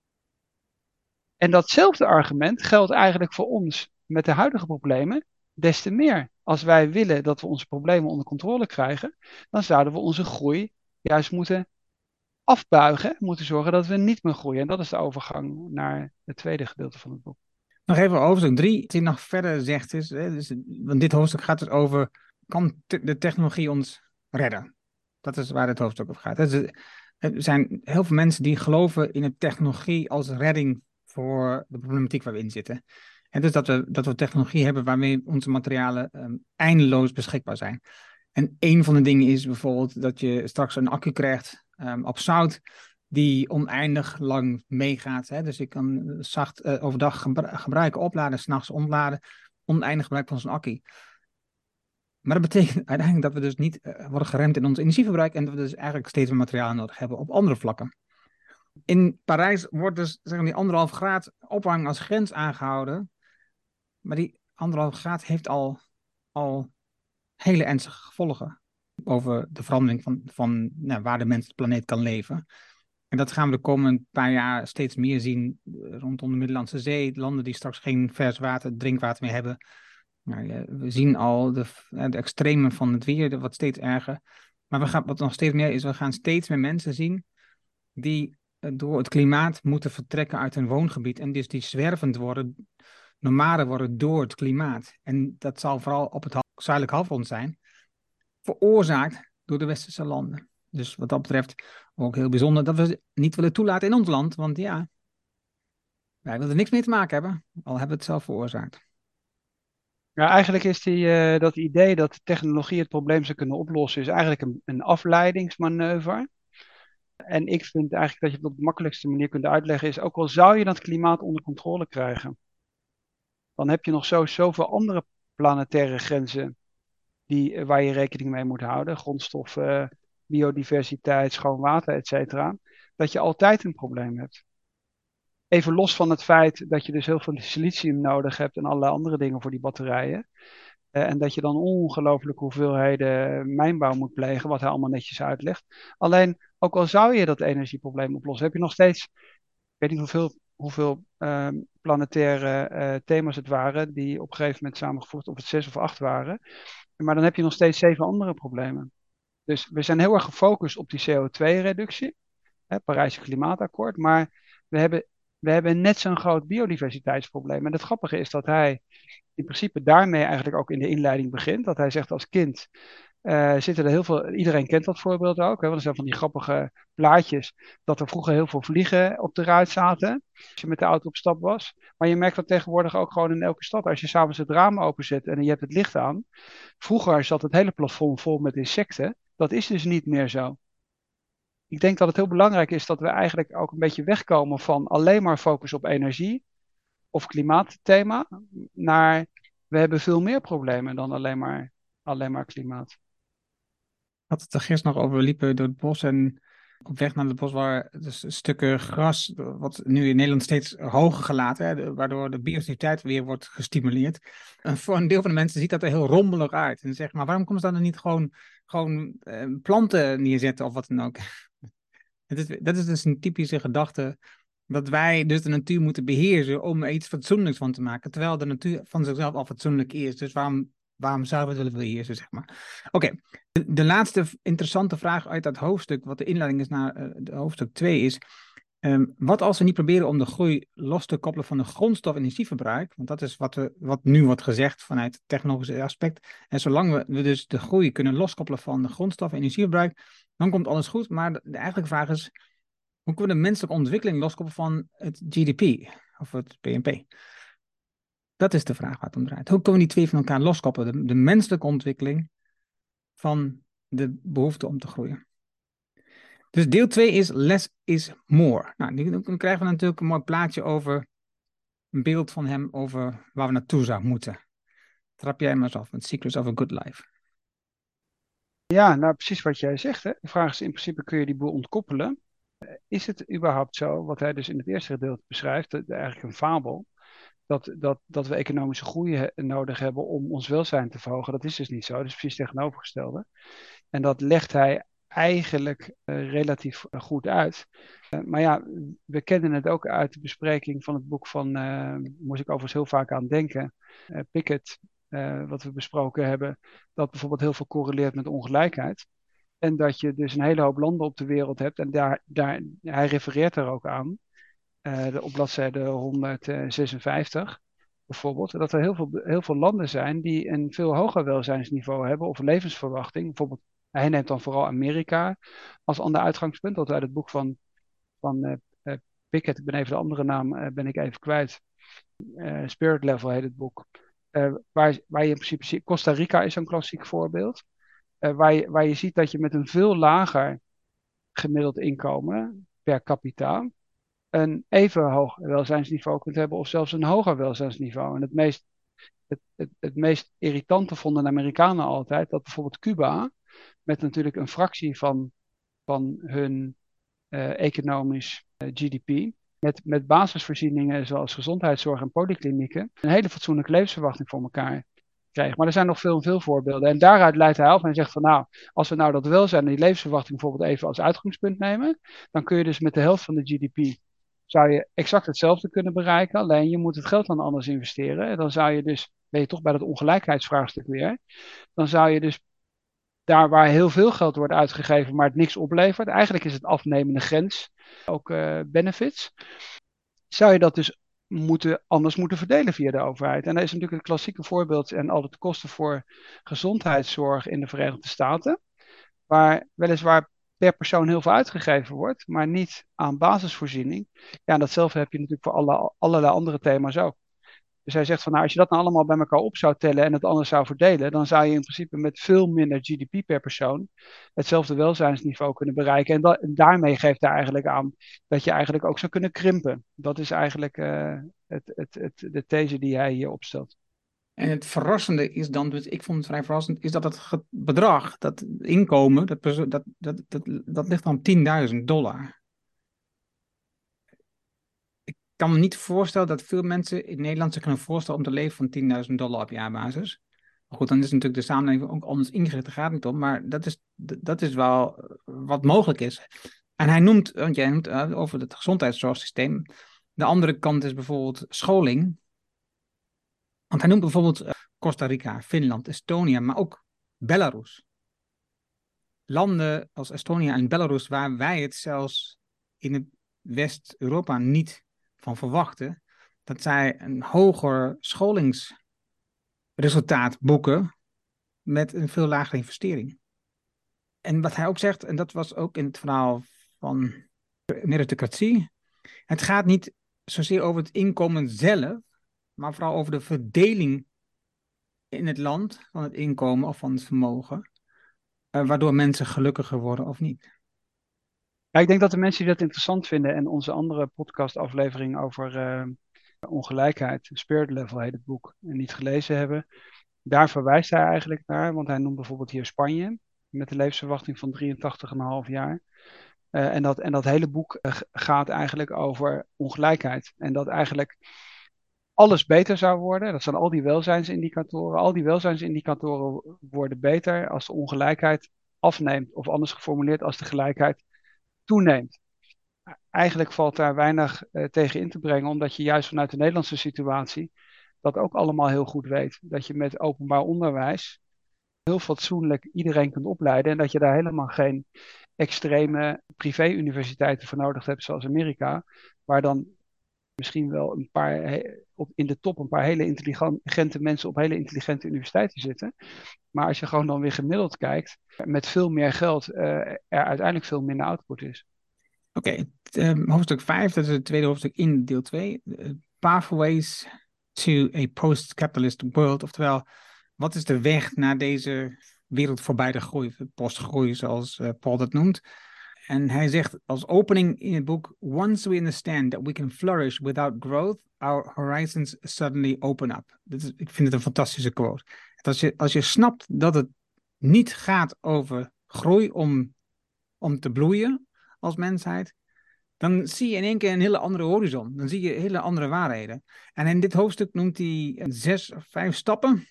Speaker 2: En datzelfde argument geldt eigenlijk voor ons met de huidige problemen des te meer. Als wij willen dat we onze problemen onder controle krijgen, dan zouden we onze groei juist moeten afbuigen, moeten zorgen dat we niet meer groeien. En dat is de overgang naar het tweede gedeelte van het boek.
Speaker 1: Nog even over hoofdstuk drie. Wat hij nog verder zegt is, hè, dus, want dit hoofdstuk gaat dus over, kan te- de technologie ons redden? Dat is waar het hoofdstuk over gaat. Dus, er zijn heel veel mensen die geloven in de technologie als redding voor de problematiek waar we in zitten. En dus dat we, dat we technologie hebben waarmee onze materialen um, eindeloos beschikbaar zijn. En een van de dingen is bijvoorbeeld dat je straks een accu krijgt um, op zout die oneindig lang meegaat. Hè? Dus je kan zacht uh, overdag gebru- gebruiken, opladen, s'nachts ontladen, oneindig gebruik van zo'n accu. Maar dat betekent uiteindelijk dat we dus niet uh, worden geremd in ons energieverbruik en dat we dus eigenlijk steeds meer materiaal nodig hebben op andere vlakken. In Parijs wordt dus zeg maar, die anderhalf graad opwarming als grens aangehouden. Maar die anderhalf graad heeft al, al hele ernstige gevolgen over de verandering van, van nou, waar de mens de planeet kan leven. En dat gaan we de komende paar jaar steeds meer zien rondom de Middellandse Zee. Landen die straks geen vers water, drinkwater meer hebben. Nou, ja, we zien al de, de extremen van het weer, de, wat steeds erger. Maar we gaan, wat nog steeds meer is, we gaan steeds meer mensen zien die eh, door het klimaat moeten vertrekken uit hun woongebied. En dus die zwervend worden, nomaden worden door het klimaat. En dat zal vooral op het zuidelijk halfrond zijn, veroorzaakt door de westerse landen. Dus wat dat betreft ook heel bijzonder dat we ze niet willen toelaten in ons land. Want ja, wij willen er niks mee te maken hebben, al hebben we het zelf veroorzaakt.
Speaker 2: Ja, eigenlijk is die, eh, dat idee dat de technologie het probleem zou kunnen oplossen, is eigenlijk een, een afleidingsmanoeuvre. En ik vind eigenlijk dat je het op de makkelijkste manier kunt uitleggen is, ook al zou je dat klimaat onder controle krijgen, dan heb je nog zo, zoveel andere planetaire grenzen die, eh, waar je rekening mee moet houden. Grondstoffen, biodiversiteit, schoon water, et cetera. Dat je altijd een probleem hebt. Even los van het feit dat je dus heel veel silicium nodig hebt en allerlei andere dingen voor die batterijen. Eh, en dat je dan ongelooflijke hoeveelheden mijnbouw moet plegen, wat hij allemaal netjes uitlegt. Alleen, ook al zou je dat energieprobleem oplossen, heb je nog steeds, ik weet niet hoeveel, hoeveel uh, planetaire uh, thema's het waren, die op een gegeven moment samengevoegd, of het zes of acht waren. Maar dan heb je nog steeds zeven andere problemen. Dus we zijn heel erg gefocust op die C O twee reductie, het Parijse Klimaatakkoord, maar we hebben, we hebben net zo'n groot biodiversiteitsprobleem. En het grappige is dat hij in principe daarmee eigenlijk ook in de inleiding begint. Dat hij zegt als kind uh, zitten er heel veel, iedereen kent dat voorbeeld ook, hè, want er zijn van die grappige plaatjes, dat er vroeger heel veel vliegen op de ruit zaten, als je met de auto op stap was. Maar je merkt dat tegenwoordig ook gewoon in elke stad. Als je s'avonds het raam openzet en je hebt het licht aan. Vroeger zat het hele plafond vol met insecten. Dat is dus niet meer zo. Ik denk dat het heel belangrijk is dat we eigenlijk ook een beetje wegkomen van alleen maar focus op energie of klimaatthema, naar we hebben veel meer problemen dan alleen maar, alleen maar klimaat.
Speaker 1: Ik had het er gisteren nog over, we liepen door het bos en op weg naar het bos waren dus stukken gras, wat nu in Nederland steeds hoger gelaten, hè, waardoor de biodiversiteit weer wordt gestimuleerd. En voor een deel van de mensen ziet dat er heel rommelig uit. En zeg maar, waarom komen ze dan niet gewoon, gewoon eh, planten neerzetten of wat dan ook? Het is, dat is dus een typische gedachte, dat wij dus de natuur moeten beheersen om er iets fatsoenlijks van te maken, terwijl de natuur van zichzelf al fatsoenlijk is. Dus waarom, waarom zouden we het willen beheersen, zeg maar? Oké, okay. de, de laatste interessante vraag uit dat hoofdstuk, wat de inleiding is naar uh, de hoofdstuk twee, is um, wat als we niet proberen om de groei los te koppelen van de grondstof- en energieverbruik? Want dat is wat, we, wat nu wordt gezegd vanuit het technologische aspect. En zolang we, we dus de groei kunnen loskoppelen van de grondstof- en energieverbruik, dan komt alles goed. Maar de, de eigenlijke vraag is, hoe kunnen we de menselijke ontwikkeling loskoppelen van het G D P of het B N P? Dat is de vraag waar het om draait. Hoe kunnen we die twee van elkaar loskoppelen? De, de menselijke ontwikkeling van de behoefte om te groeien. Dus deel twee is less is more. Nou, nu, nu krijgen we natuurlijk een mooi plaatje over, een beeld van hem over waar we naartoe zouden moeten. Trap jij maar eens af met Secrets of a Good Life.
Speaker 2: Ja, nou precies wat jij zegt. Hè? De vraag is in principe kun je die boel ontkoppelen. Is het überhaupt zo, wat hij dus in het eerste gedeelte beschrijft, de, de, eigenlijk een fabel, dat, dat, dat we economische groei he, nodig hebben om ons welzijn te verhogen? Dat is dus niet zo, dat is precies het tegenovergestelde. En dat legt hij eigenlijk uh, relatief uh, goed uit. Uh, maar ja, we kennen het ook uit de bespreking van het boek van, uh, moest ik overigens heel vaak aan denken, uh, Pickett, uh, wat we besproken hebben, dat bijvoorbeeld heel veel correleert met ongelijkheid. En dat je dus een hele hoop landen op de wereld hebt. En daar, daar, hij refereert er ook aan. Uh, op bladzijde honderdzesenvijftig bijvoorbeeld. Dat er heel veel, heel veel landen zijn die een veel hoger welzijnsniveau hebben. Of levensverwachting. Bijvoorbeeld, hij neemt dan vooral Amerika als ander uitgangspunt. Dat uit het boek van, van uh, uh, Pickett, ik ben even de andere naam, uh, ben ik even kwijt. Uh, Spirit Level heet het boek. Uh, waar, waar je in principe ziet, Costa Rica is een klassiek voorbeeld. Uh, waar, je, waar je ziet dat je met een veel lager gemiddeld inkomen per capita een even hoog welzijnsniveau kunt hebben of zelfs een hoger welzijnsniveau. En het meest, het, het, het meest irritante vonden de Amerikanen altijd dat bijvoorbeeld Cuba met natuurlijk een fractie van, van hun uh, economisch uh, G D P, met, met basisvoorzieningen zoals gezondheidszorg en polyklinieken, een hele fatsoenlijke levensverwachting voor elkaar krijgen. Maar er zijn nog veel en veel voorbeelden. En daaruit leidt hij af en zegt van nou, als we nou dat welzijn en die levensverwachting bijvoorbeeld even als uitgangspunt nemen, dan kun je dus met de helft van de G D P zou je exact hetzelfde kunnen bereiken, alleen je moet het geld dan anders investeren. En dan zou je dus, ben je toch bij dat ongelijkheidsvraagstuk weer, dan zou je dus daar waar heel veel geld wordt uitgegeven, maar het niks oplevert, eigenlijk is het afnemende grens, ook uh, benefits, zou je dat dus moeten, anders moeten verdelen via de overheid. En dat is natuurlijk het klassieke voorbeeld en altijd de kosten voor gezondheidszorg in de Verenigde Staten, waar weliswaar per persoon heel veel uitgegeven wordt, maar niet aan basisvoorziening. Ja, en datzelfde heb je natuurlijk voor alle, allerlei andere thema's ook. Dus hij zegt van nou, als je dat nou allemaal bij elkaar op zou tellen en het anders zou verdelen, dan zou je in principe met veel minder G D P per persoon hetzelfde welzijnsniveau kunnen bereiken. En, dat, en daarmee geeft hij eigenlijk aan dat je eigenlijk ook zou kunnen krimpen. Dat is eigenlijk uh, het, het, het, de these die hij hier opstelt.
Speaker 1: En het verrassende is dan, dus ik vond het vrij verrassend, is dat het bedrag, dat inkomen, dat, dat, dat, dat, dat ligt dan tienduizend dollar. Ik kan me niet voorstellen dat veel mensen in Nederland zich kunnen voorstellen om te leven van tienduizend dollar op jaarbasis. Maar goed, dan is natuurlijk de samenleving ook anders ingericht, daar gaat het niet om. Maar dat is, dat is wel wat mogelijk is. En hij noemt, want jij noemt over het gezondheidszorgsysteem. De andere kant is bijvoorbeeld scholing. Want hij noemt bijvoorbeeld Costa Rica, Finland, Estonië, maar ook Belarus. Landen als Estonië en Belarus, waar wij het zelfs in het West-Europa niet van verwachten, dat zij een hoger scholingsresultaat boeken met een veel lagere investering. En wat hij ook zegt, en dat was ook in het verhaal van meritocratie, het gaat niet zozeer over het inkomen zelf, maar vooral over de verdeling in het land van het inkomen of van het vermogen, uh, waardoor mensen gelukkiger worden of niet.
Speaker 2: Ja, ik denk dat de mensen die dat interessant vinden en onze andere podcastaflevering over uh, ongelijkheid, Spirit Level heet het boek, en niet gelezen hebben, daar verwijst hij eigenlijk naar, want hij noemt bijvoorbeeld hier Spanje met een levensverwachting van drieëntachtig komma vijf jaar. Uh, en, dat, en dat hele boek uh, gaat eigenlijk over ongelijkheid. En dat eigenlijk alles beter zou worden. Dat zijn al die welzijnsindicatoren. Al die welzijnsindicatoren worden beter als de ongelijkheid afneemt. Of anders geformuleerd, als de gelijkheid toeneemt. Eigenlijk valt daar weinig uh, tegen in te brengen, omdat je juist vanuit de Nederlandse situatie dat ook allemaal heel goed weet. Dat je met openbaar onderwijs heel fatsoenlijk iedereen kunt opleiden en dat je daar helemaal geen extreme privé-universiteiten voor nodig hebt, zoals Amerika, waar dan misschien wel een paar op, in de top een paar hele intelligente mensen op hele intelligente universiteiten zitten. Maar als je gewoon dan weer gemiddeld kijkt, met veel meer geld uh, er uiteindelijk veel minder output is.
Speaker 1: Oké, okay, um, hoofdstuk vijf, dat is het tweede hoofdstuk in deel twee. Uh, pathways to a post-capitalist world. Oftewel, wat is de weg naar deze wereld voorbij de groei, postgroei zoals uh, Paul dat noemt. En hij zegt als opening in het boek, once we understand that we can flourish without growth, our horizons suddenly open up. Dit is, ik vind het een fantastische quote. Als je, als je snapt dat het niet gaat over groei om, om te bloeien als mensheid, dan zie je in één keer een hele andere horizon. Dan zie je hele andere waarheden. En in dit hoofdstuk noemt hij zes of vijf stappen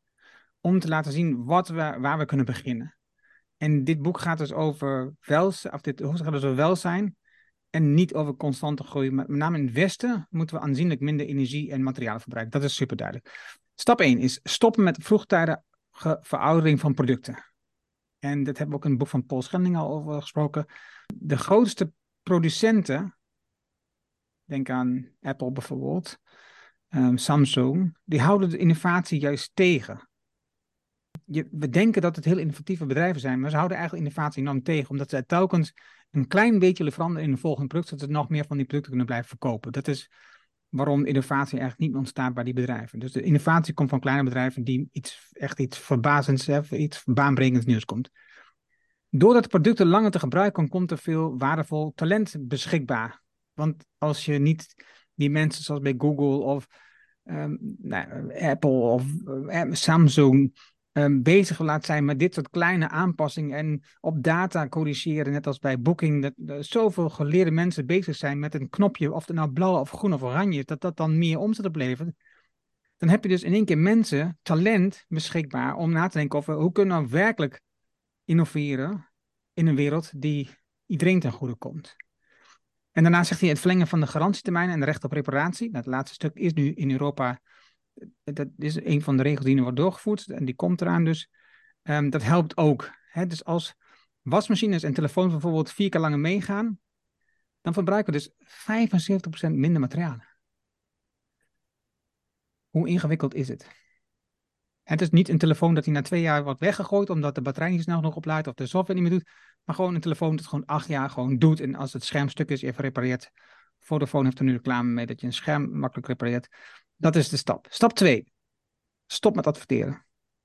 Speaker 1: om te laten zien wat we, waar we kunnen beginnen. En dit boek gaat dus over welzijn, of dit hoofdstuk gaat dus over welzijn en niet over constante groei. Met name in het Westen moeten we aanzienlijk minder energie en materialen verbruiken. Dat is super duidelijk. Stap één is stoppen met vroegtijdige veroudering van producten. En dat hebben we ook in het boek van Paul Schending al over gesproken. De grootste producenten, denk aan Apple bijvoorbeeld, um, Samsung, die houden de innovatie juist tegen. Je, we denken dat het heel innovatieve bedrijven zijn, maar ze houden eigenlijk innovatie enorm tegen, omdat ze telkens een klein beetje willen veranderen in een volgend product, zodat ze nog meer van die producten kunnen blijven verkopen. Dat is waarom innovatie eigenlijk niet meer ontstaat bij die bedrijven. Dus de innovatie komt van kleine bedrijven die iets, echt iets verbazends, iets baanbrekends nieuws komt. Doordat producten langer te gebruiken, komt er veel waardevol talent beschikbaar. Want als je niet die mensen zoals bij Google of um, nou, Apple of uh, Samsung um, bezig laat zijn met dit soort kleine aanpassingen en op data corrigeren, net als bij Booking, dat uh, zoveel geleerde mensen bezig zijn met een knopje, of het nou blauw of groen of oranje is, dat dat dan meer omzet oplevert. Dan heb je dus in één keer mensen, talent beschikbaar om na te denken over hoe kunnen we werkelijk innoveren in een wereld die iedereen ten goede komt. En daarna zegt hij het verlengen van de garantietermijn en de recht op reparatie. Nou, het laatste stuk is nu in Europa, dat is een van de regels die nu wordt doorgevoerd en die komt eraan dus. Um, dat helpt ook. Hè? Dus als wasmachines en telefoons bijvoorbeeld vier keer langer meegaan, dan verbruiken we dus vijfenzeventig procent minder materialen. Hoe ingewikkeld is het? Het is niet een telefoon dat hij na twee jaar wordt weggegooid omdat de batterij niet snel genoeg oplaadt of de software niet meer doet, maar gewoon een telefoon dat gewoon acht jaar gewoon doet en als het scherm stuk is, even repareert. Vodafone heeft er nu reclame mee dat je een scherm makkelijk repareert. Dat is de stap. Stap twee. Stop met adverteren.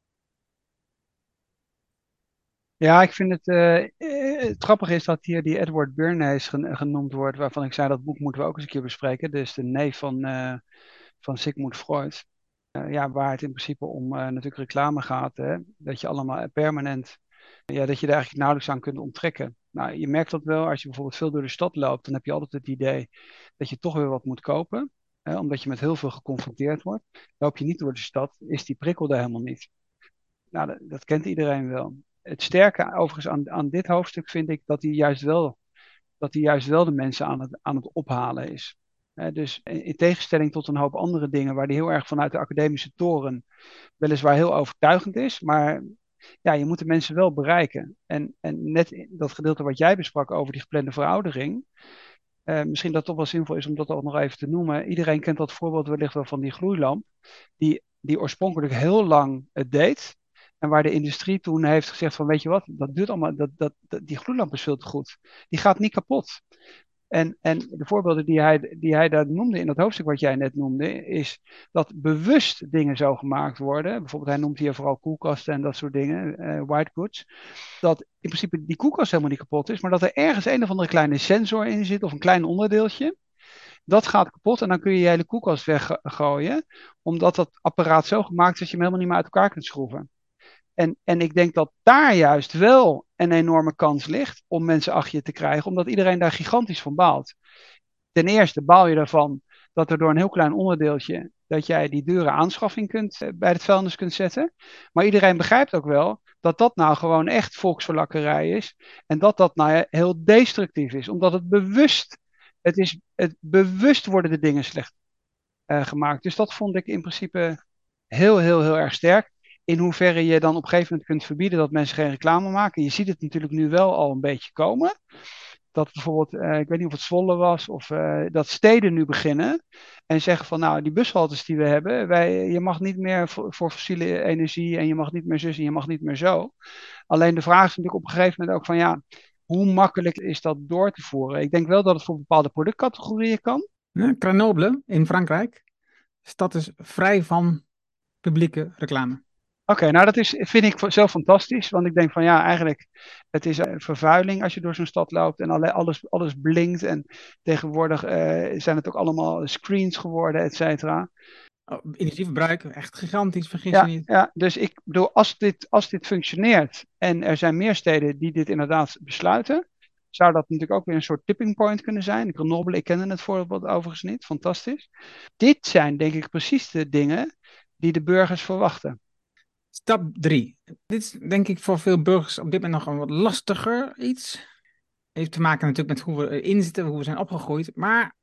Speaker 2: Ja, ik vind het, eh, eh, het grappige is dat hier die Edward Bernays gen- genoemd wordt, waarvan ik zei dat boek moeten we ook eens een keer bespreken. Dus de neef van, eh, van Sigmund Freud. Eh, ja, waar het in principe om eh, natuurlijk reclame gaat. Hè? Dat je allemaal permanent, ja, dat je er eigenlijk nauwelijks aan kunt onttrekken. Nou, je merkt dat wel als je bijvoorbeeld veel door de stad loopt, dan heb je altijd het idee dat je toch weer wat moet kopen. Hè? Omdat je met heel veel geconfronteerd wordt. Loop je niet door de stad, is die prikkel er helemaal niet. Nou, dat, dat kent iedereen wel. Het sterke overigens aan, aan dit hoofdstuk vind ik dat hij juist wel, dat hij juist wel de mensen aan het, aan het ophalen is. Hè, dus in, in tegenstelling tot een hoop andere dingen waar hij heel erg vanuit de academische toren weliswaar heel overtuigend is, maar ja, je moet de mensen wel bereiken. En, en net in dat gedeelte wat jij besprak over die geplande veroudering, eh, misschien dat het toch wel zinvol is om dat ook nog even te noemen. Iedereen kent dat voorbeeld wellicht wel van die gloeilamp, die, die oorspronkelijk heel lang het deed. En waar de industrie toen heeft gezegd van weet je wat, dat duurt allemaal, dat, dat, dat, die gloeilamp is veel te goed. Die gaat niet kapot. En, en de voorbeelden die hij, die hij daar noemde in dat hoofdstuk wat jij net noemde, is dat bewust dingen zo gemaakt worden. Bijvoorbeeld hij noemt hier vooral koelkasten en dat soort dingen, uh, white goods. Dat in principe die koelkast helemaal niet kapot is, maar dat er ergens een of andere kleine sensor in zit of een klein onderdeeltje. Dat gaat kapot en dan kun je je hele koelkast weggooien, omdat dat apparaat zo gemaakt is dat je hem helemaal niet meer uit elkaar kunt schroeven. En, en ik denk dat daar juist wel een enorme kans ligt om mensen achter je te krijgen, omdat iedereen daar gigantisch van baalt. Ten eerste baal je ervan dat er door een heel klein onderdeeltje dat jij die dure aanschaffing kunt, eh, bij het vuilnis kunt zetten. Maar iedereen begrijpt ook wel dat dat nou gewoon echt volksverlakkerij is. En dat dat nou heel destructief is. Omdat het bewust, het is, het bewust worden de dingen slecht uh, gemaakt. Dus dat vond ik in principe heel, heel, heel erg sterk. In hoeverre je dan op een gegeven moment kunt verbieden dat mensen geen reclame maken. Je ziet het natuurlijk nu wel al een beetje komen. Dat bijvoorbeeld, uh, ik weet niet of het Zwolle was, of uh, dat steden nu beginnen en zeggen van nou, die bushaltes die we hebben, wij, je mag niet meer voor, voor fossiele energie en je mag niet meer zus en je mag niet meer zo. Alleen de vraag is natuurlijk op een gegeven moment ook van ja, hoe makkelijk is dat door te voeren? Ik denk wel dat het voor bepaalde productcategorieën kan.
Speaker 1: Ja, Grenoble in Frankrijk. Stad is vrij van publieke reclame.
Speaker 2: Oké, okay, nou dat is, vind ik zelf fantastisch, want ik denk van ja, eigenlijk, het is een vervuiling als je door zo'n stad loopt en alle, alles, alles blinkt en tegenwoordig uh, zijn het ook allemaal screens geworden, et cetera.
Speaker 1: Oh, energieverbruik, echt gigantisch, vergis je
Speaker 2: Ja,
Speaker 1: niet.
Speaker 2: ja, dus ik bedoel, als dit, als dit functioneert en er zijn meer steden die dit inderdaad besluiten, zou dat natuurlijk ook weer een soort tipping point kunnen zijn. Grenoble, ik kende het voorbeeld overigens niet, fantastisch. Dit zijn denk ik precies de dingen die de burgers verwachten.
Speaker 1: Stap drie. Dit is denk ik voor veel burgers op dit moment nog een wat lastiger iets. Heeft te maken natuurlijk met hoe we erin zitten, hoe we zijn opgegroeid. Maar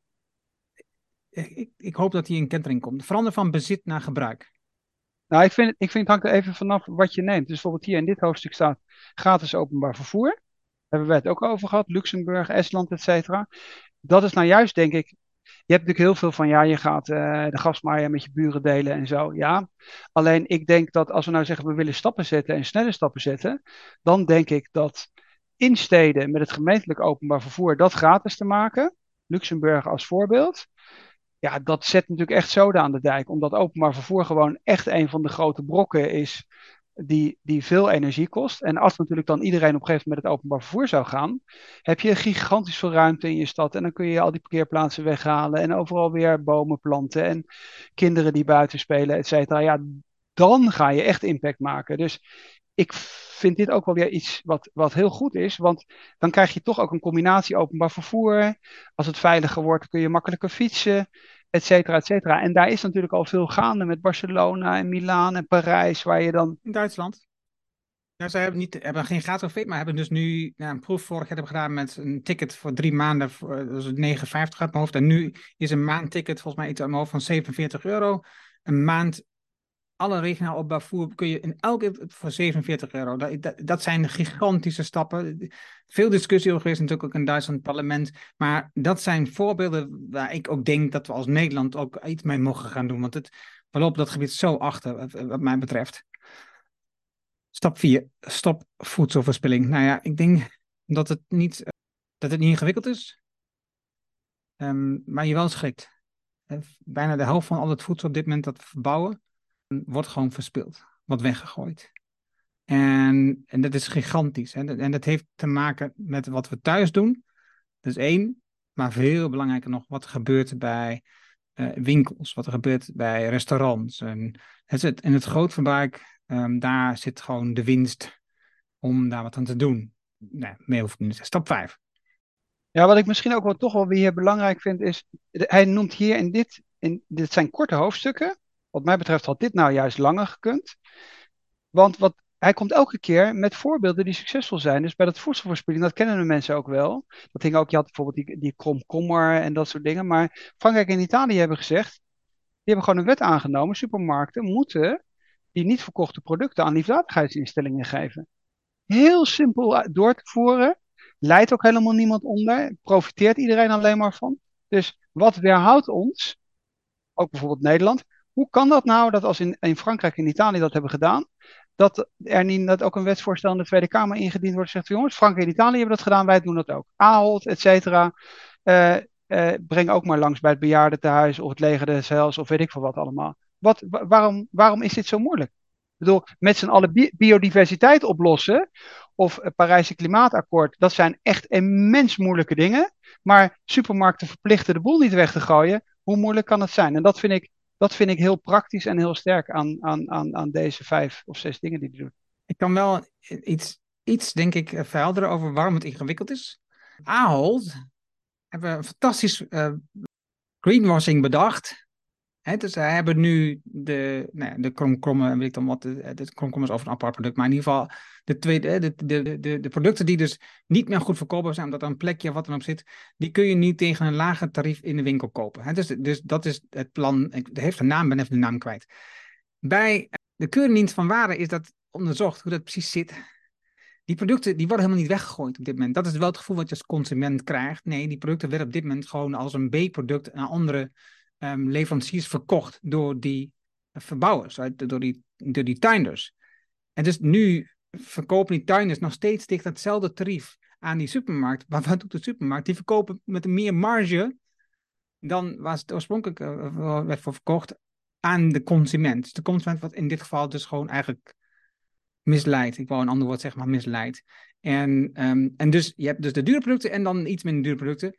Speaker 1: ik, ik hoop dat hier een kentering komt. Verander van bezit naar gebruik.
Speaker 2: Nou, ik vind, ik vind het hangt er even vanaf wat je neemt. Dus bijvoorbeeld hier in dit hoofdstuk staat gratis openbaar vervoer. Daar hebben wij het ook over gehad. Luxemburg, Estland, et cetera. Dat is nou juist, denk ik. Je hebt natuurlijk heel veel van, ja, je gaat uh, de gasmaaier met je buren delen en zo. Ja, alleen ik denk dat als we nou zeggen, we willen stappen zetten en snelle stappen zetten, dan denk ik dat in steden met het gemeentelijk openbaar vervoer dat gratis te maken, Luxemburg als voorbeeld, ja, dat zet natuurlijk echt zoden aan de dijk, omdat openbaar vervoer gewoon echt een van de grote brokken is die, die veel energie kost. En als natuurlijk dan iedereen op een gegeven moment met het openbaar vervoer zou gaan, heb je gigantisch veel ruimte in je stad en dan kun je al die parkeerplaatsen weghalen en overal weer bomen planten en kinderen die buiten spelen, et cetera. Ja, dan ga je echt impact maken. Dus ik vind dit ook wel weer iets wat, wat heel goed is, want dan krijg je toch ook een combinatie openbaar vervoer. Als het veiliger wordt, kun je makkelijker fietsen, et cetera, et cetera. En daar is natuurlijk al veel gaande met Barcelona en Milaan en Parijs, waar je dan...
Speaker 1: In Duitsland. Ja, ze hebben, niet, hebben geen gratis profeet, maar hebben dus nu ja, een proef vorig jaar hebben gedaan met een ticket voor drie maanden. Voor, dat is negen vijftig uit mijn hoofd. En nu is een maandticket volgens mij iets uit mijn hoofd van zevenenveertig euro. Een maand, alle regionaal openbaar vervoer kun je in elke voor zevenenveertig euro. Dat, dat, dat zijn gigantische stappen. Veel discussie over geweest natuurlijk ook in Duitsland parlement. Maar dat zijn voorbeelden waar ik ook denk dat we als Nederland ook iets mee mogen gaan doen. Want het, we lopen dat gebied zo achter, wat, wat mij betreft. Stap vier. Stop voedselverspilling. Nou ja, ik denk dat het niet, dat het niet ingewikkeld is, um, maar je wel schrikt. Uh, bijna de helft van al het voedsel op dit moment dat we verbouwen, wordt gewoon verspild. Wordt weggegooid. En, en dat is gigantisch. Hè? En dat heeft te maken met wat we thuis doen. Dat is één. Maar veel belangrijker nog, wat er gebeurt bij uh, winkels. Wat er gebeurt bij restaurants. En het, het, in het grootverbruik, um, daar zit gewoon de winst om daar wat aan te doen. Nee, meer hoef ik niet te zeggen. Stap vijf.
Speaker 2: Ja, wat ik misschien ook wel toch wel weer belangrijk vind is, de- hij noemt hier in dit, in, dit zijn korte hoofdstukken. Wat mij betreft had dit nou juist langer gekund. Want wat, hij komt elke keer met voorbeelden die succesvol zijn. Dus bij dat voedselverspilling, dat kennen de mensen ook wel. Dat ging ook, je had bijvoorbeeld die, die komkommer en dat soort dingen. Maar Frankrijk en Italië hebben gezegd, die hebben gewoon een wet aangenomen. Supermarkten moeten die niet verkochte producten aan liefdadigheidsinstellingen geven. Heel simpel door te voeren. Leidt ook helemaal niemand onder. Profiteert iedereen alleen maar van. Dus wat weerhoudt ons, ook bijvoorbeeld Nederland. Hoe kan dat nou dat als in, in Frankrijk en Italië dat hebben gedaan, dat er niet dat ook een wetsvoorstel in de Tweede Kamer ingediend wordt. Zegt jongens, Frankrijk en Italië hebben dat gedaan, wij doen dat ook. Ahold, et cetera. Uh, uh, breng ook maar langs bij het bejaardentehuis of het leger des Heils of weet ik veel wat allemaal. Wat, wa- waarom, waarom is dit zo moeilijk? Ik bedoel, met z'n allen bi- biodiversiteit oplossen of het Parijse klimaatakkoord, dat zijn echt immens moeilijke dingen. Maar supermarkten verplichten de boel niet weg te gooien. Hoe moeilijk kan het zijn? En dat vind ik, dat vind ik heel praktisch en heel sterk aan, aan, aan, aan deze vijf of zes dingen die hij doet.
Speaker 1: Ik kan wel iets, iets denk ik, verhelderen over waarom het ingewikkeld is. Ahold hebben een fantastisch uh, greenwashing bedacht. Hè, dus zij hebben nu de, nou ja, de kromkrommen, en weet ik dan wat, de, de kromkrommen is over een apart product, maar in ieder geval de, tweede, de, de, de, de producten die dus niet meer goed verkoopbaar zijn, omdat er een plekje wat erop zit, die kun je niet tegen een lager tarief in de winkel kopen. Hè, dus, dus dat is het plan, het heeft een naam, ben even de naam kwijt. Bij de Keuringsdienst van Waarde is dat onderzocht, hoe dat precies zit. Die producten die worden helemaal niet weggegooid op dit moment. Dat is wel het gevoel wat je als consument krijgt. Nee, die producten werden op dit moment gewoon als een B-product aan andere um, leveranciers verkocht door die verbouwers, door die, door die tuinders. En dus nu verkopen die tuinders nog steeds tegen hetzelfde tarief aan die supermarkt. Maar wat doet de supermarkt? Die verkopen met een meer marge dan waar het oorspronkelijk uh, werd voor verkocht aan de consument. Dus de consument wordt in dit geval dus gewoon eigenlijk misleid. Ik wou een ander woord zeggen, maar misleid. En, um, en dus je hebt dus de dure producten en dan iets minder dure producten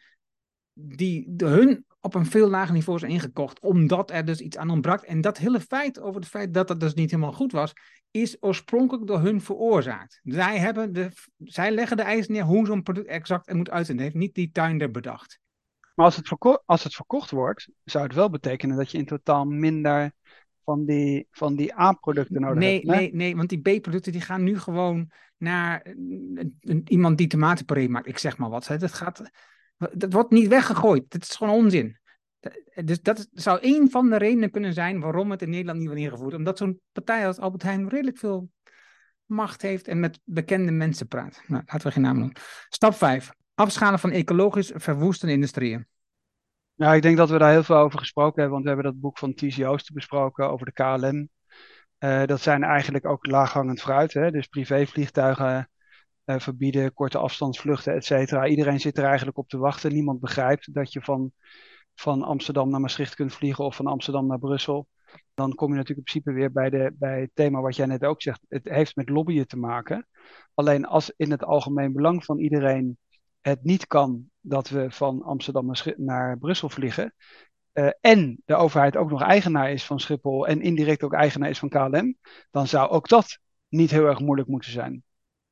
Speaker 1: die de hun op een veel lager niveau zijn ingekocht, omdat er dus iets aan ontbrak. En dat hele feit over het feit dat dat dus niet helemaal goed was, is oorspronkelijk door hun veroorzaakt. Zij, hebben de, zij leggen de eisen neer hoe zo'n product exact er moet uitzien. Dat heeft niet die tuinder bedacht.
Speaker 2: Maar als het, verko- als het verkocht wordt, zou het wel betekenen dat je in totaal minder van die, van die A-producten nodig hebt.
Speaker 1: Nee,
Speaker 2: Nee?
Speaker 1: nee, nee, want die B-producten die gaan nu gewoon naar een, een, iemand die tomatenpuree maakt. Ik zeg maar wat. Dat, gaat, dat wordt niet weggegooid. Dat is gewoon onzin. Dus dat zou één van de redenen kunnen zijn waarom het in Nederland niet wordt ingevoerd. Omdat zo'n partij als Albert Heijn redelijk veel macht heeft en met bekende mensen praat. Nou, laten we geen naam noemen. Stap vijf. Afschalen van ecologisch verwoestende industrieën.
Speaker 2: Ja, ik denk dat we daar heel veel over gesproken hebben, want we hebben dat boek van Ties Joosten besproken over de K L M. Uh, dat zijn eigenlijk ook laaghangend fruit, hè? Dus privévliegtuigen uh, verbieden, korte afstandsvluchten, et cetera. Iedereen zit er eigenlijk op te wachten. Niemand begrijpt dat je van, van Amsterdam naar Maastricht kunt vliegen of van Amsterdam naar Brussel. Dan kom je natuurlijk in principe weer bij, de, bij het thema wat jij net ook zegt. Het heeft met lobbyen te maken. Alleen als in het algemeen belang van iedereen het niet kan dat we van Amsterdam naar, naar Brussel vliegen. Uh, en de overheid ook nog eigenaar is van Schiphol en indirect ook eigenaar is van K L M, dan zou ook dat niet heel erg moeilijk moeten zijn.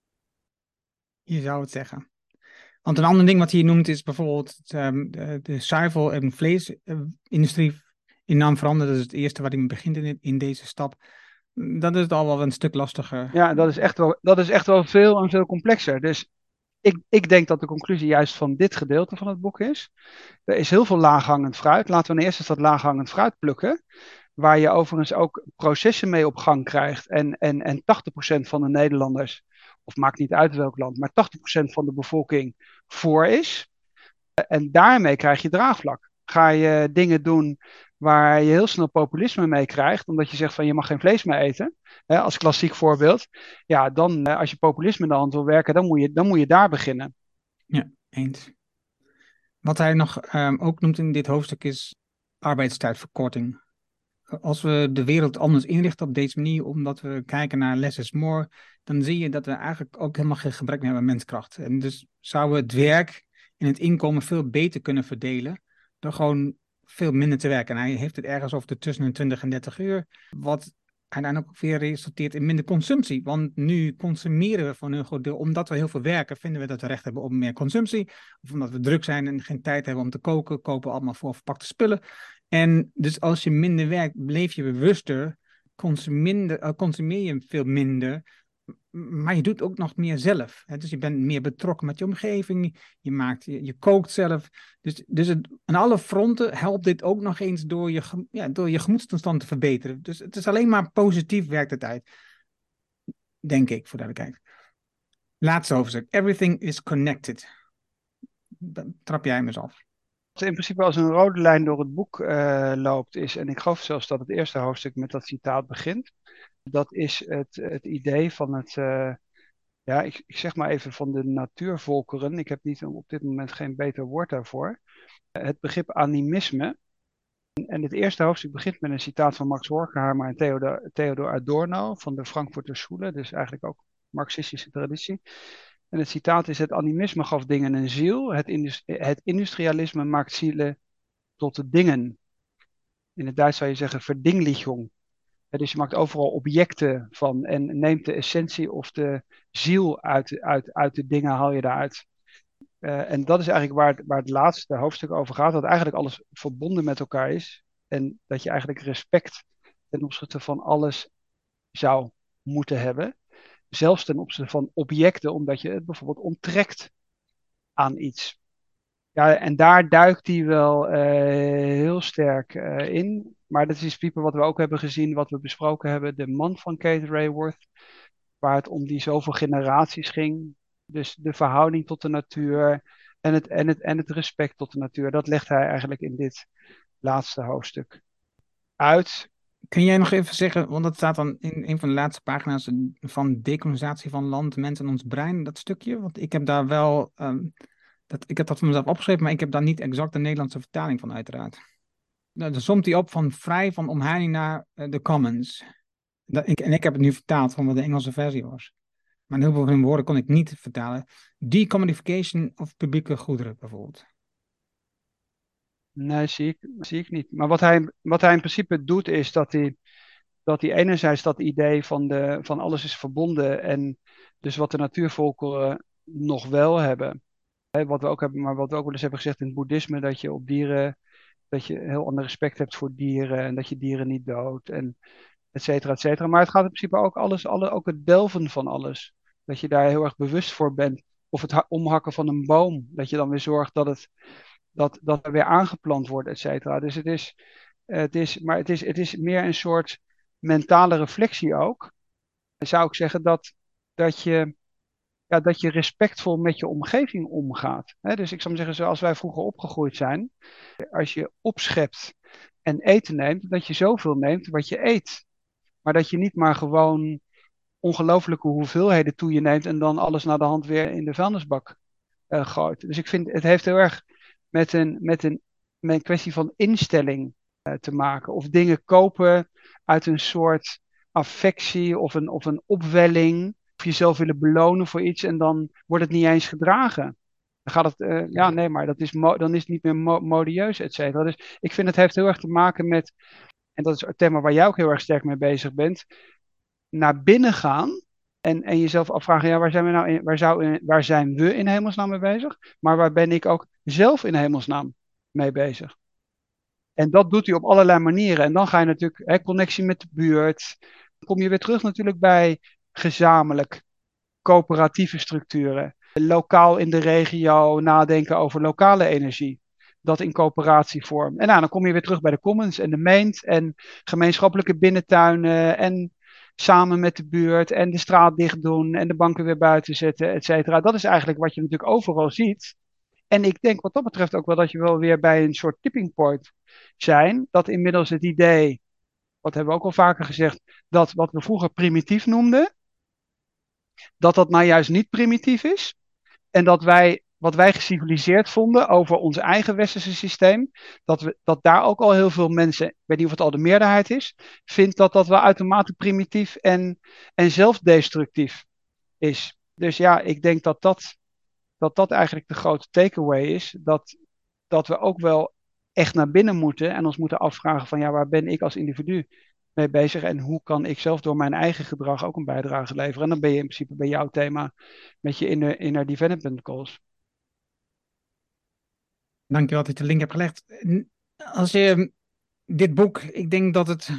Speaker 1: Je zou het zeggen. Want een ander ding wat hij hier noemt is bijvoorbeeld um, de, de zuivel- en vleesindustrie in naam veranderen. Dat is het eerste waar hij begint in, in deze stap. Dat is al wel een stuk lastiger.
Speaker 2: Ja, dat is echt wel, dat is echt wel veel en veel complexer. Dus ik, ik denk dat de conclusie juist van dit gedeelte van het boek is. Er is heel veel laaghangend fruit. Laten we nou eerst eens dat laaghangend fruit plukken. Waar je overigens ook processen mee op gang krijgt. En, en, en tachtig procent van de Nederlanders, of maakt niet uit welk land, maar tachtig procent van de bevolking voor is. En daarmee krijg je draagvlak. Ga je dingen doen waar je heel snel populisme mee krijgt, omdat je zegt van je mag geen vlees meer eten, hè, als klassiek voorbeeld. Ja, dan eh, als je populisme in de hand wil werken, dan moet je, dan moet je daar beginnen.
Speaker 1: Ja, eens. Wat hij nog ehm, ook noemt in dit hoofdstuk is arbeidstijdverkorting. Als we de wereld anders inrichten op deze manier, omdat we kijken naar less is more, dan zie je dat we eigenlijk ook helemaal geen gebrek meer hebben aan menskracht. En dus zouden we het werk en het inkomen veel beter kunnen verdelen door gewoon veel minder te werken. En hij heeft het ergens over de tussen de twintig en dertig uur, wat uiteindelijk ook weer resulteert in minder consumptie. Want nu consumeren we voor een groot deel, omdat we heel veel werken, vinden we dat we recht hebben op meer consumptie. Of omdat we druk zijn en geen tijd hebben om te koken, kopen we allemaal voorverpakte spullen. En dus als je minder werkt, leef je bewuster, consumeer, uh, consumeer je veel minder, m- maar je doet ook nog meer zelf. Hè? Dus je bent meer betrokken met je omgeving, je, maakt, je, je kookt zelf. Dus, dus het, aan alle fronten helpt dit ook nog eens door je, gem- ja, door je gemoedstoestand te verbeteren. Dus het is alleen maar positief werkt het uit, denk ik, voor de kijker. Laatste hoofdstuk. Everything is connected. Dan trap jij hem eens af.
Speaker 2: Wat in principe als een rode lijn door het boek eh, loopt is, en ik geloof zelfs dat het eerste hoofdstuk met dat citaat begint, dat is het, het idee van het, eh, ja, ik, ik zeg maar even van de natuurvolkeren. Ik heb niet op dit moment geen beter woord daarvoor. Het begrip animisme. En het eerste hoofdstuk begint met een citaat van Max Horkheimer en Theodor, Theodor Adorno van de Frankfurter Schule, dus eigenlijk ook Marxistische traditie. En het citaat is: het animisme gaf dingen een ziel, het, indus- het industrialisme maakt zielen tot de dingen. In het Duits zou je zeggen verdinglichung. Hè, dus je maakt overal objecten van en neemt de essentie of de ziel uit, uit, uit de dingen, haal je daaruit. Uh, en dat is eigenlijk waar het, waar het laatste hoofdstuk over gaat, dat eigenlijk alles verbonden met elkaar is. En dat je eigenlijk respect ten opzichte van alles zou moeten hebben. Zelfs ten opzichte van objecten, omdat je het bijvoorbeeld onttrekt aan iets. Ja, en daar duikt hij wel uh, heel sterk uh, in. Maar dat is iets type wat we ook hebben gezien, wat we besproken hebben. De man van Kate Raworth, waar het om die zoveel generaties ging. Dus de verhouding tot de natuur en het, en het, en het respect tot de natuur. Dat legt hij eigenlijk in dit laatste hoofdstuk uit.
Speaker 1: Kun jij nog even zeggen, want dat staat dan in een van de laatste pagina's van decolonisatie van land, mensen en ons brein, dat stukje. Want ik heb daar wel, ehm, dat, ik heb dat voor mezelf opgeschreven, maar ik heb daar niet exact de Nederlandse vertaling van uiteraard. Nou, dan somt hij op van vrij van omheining naar eh, de commons. Dat, ik, en ik heb het nu vertaald van wat de Engelse versie was. Maar heel veel van hun woorden kon ik niet vertalen. Decommodification of publieke goederen bijvoorbeeld.
Speaker 2: Nee, zie ik, zie ik niet. Maar wat hij, wat hij in principe doet is dat hij, dat hij enerzijds dat idee van, de, van alles is verbonden en dus wat de natuurvolkeren nog wel hebben. Hè, wat we ook hebben, maar wat we ook wel eens hebben gezegd in het boeddhisme, dat je op dieren, dat je heel ander respect hebt voor dieren en dat je dieren niet doodt en et cetera, et cetera. Maar het gaat in principe ook alles, alle, ook het delven van alles. Dat je daar heel erg bewust voor bent. Of het ha- omhakken van een boom. Dat je dan weer zorgt dat het dat, dat er weer aangeplant wordt, et cetera. Dus het is, eh, het is, maar het is, het is meer een soort mentale reflectie ook. Dan zou ik zeggen dat, dat je, ja, dat je respectvol met je omgeving omgaat. Hè? Dus ik zou maar zeggen, zoals wij vroeger opgegroeid zijn, als je opschept en eten neemt, dat je zoveel neemt wat je eet. Maar dat je niet maar gewoon ongelooflijke hoeveelheden toe je neemt en dan alles naar de hand weer in de vuilnisbak uh, gooit. Dus ik vind het heeft heel erg met een, met een, met een kwestie van instelling uh, te maken. Of dingen kopen uit een soort affectie of een, of een opwelling. Of jezelf willen belonen voor iets en dan wordt het niet eens gedragen. Dan gaat het, uh, ja nee, maar dat is mo- dan is het niet meer mo- modieus, et cetera. Dus ik vind het heeft heel erg te maken met, en dat is het thema waar jij ook heel erg sterk mee bezig bent, naar binnen gaan en, en jezelf afvragen, ja, waar zijn we nou in, waar, zou in, waar zijn we in hemelsnaam mee bezig? Maar waar ben ik ook zelf in hemelsnaam mee bezig? En dat doet hij op allerlei manieren. En dan ga je natuurlijk, hè, connectie met de buurt, kom je weer terug natuurlijk bij gezamenlijk coöperatieve structuren. Lokaal in de regio nadenken over lokale energie. Dat in coöperatievorm. En nou, dan kom je weer terug bij de commons en de meent en gemeenschappelijke binnentuinen en samen met de buurt en de straat dicht doen en de banken weer buiten zetten, et cetera. Dat is eigenlijk wat je natuurlijk overal ziet. En ik denk wat dat betreft ook wel dat je wel weer bij een soort tipping point zijn. Dat inmiddels het idee, wat hebben we ook al vaker gezegd, dat wat we vroeger primitief noemden, dat dat nou juist niet primitief is. En dat wij, wat wij geciviliseerd vonden over ons eigen westerse systeem, dat, we, dat daar ook al heel veel mensen, ik weet niet of het al de meerderheid is, vindt dat dat wel uitermate primitief en, en zelfdestructief is. Dus ja, ik denk dat dat, dat, dat eigenlijk de grote takeaway is. Dat, dat we ook wel echt naar binnen moeten en ons moeten afvragen van ja, waar ben ik als individu mee bezig en hoe kan ik zelf door mijn eigen gedrag ook een bijdrage leveren. En dan ben je in principe bij jouw thema met je inner, inner development goals.
Speaker 1: Dankjewel dat je de link hebt gelegd. Als je dit boek, ik denk dat het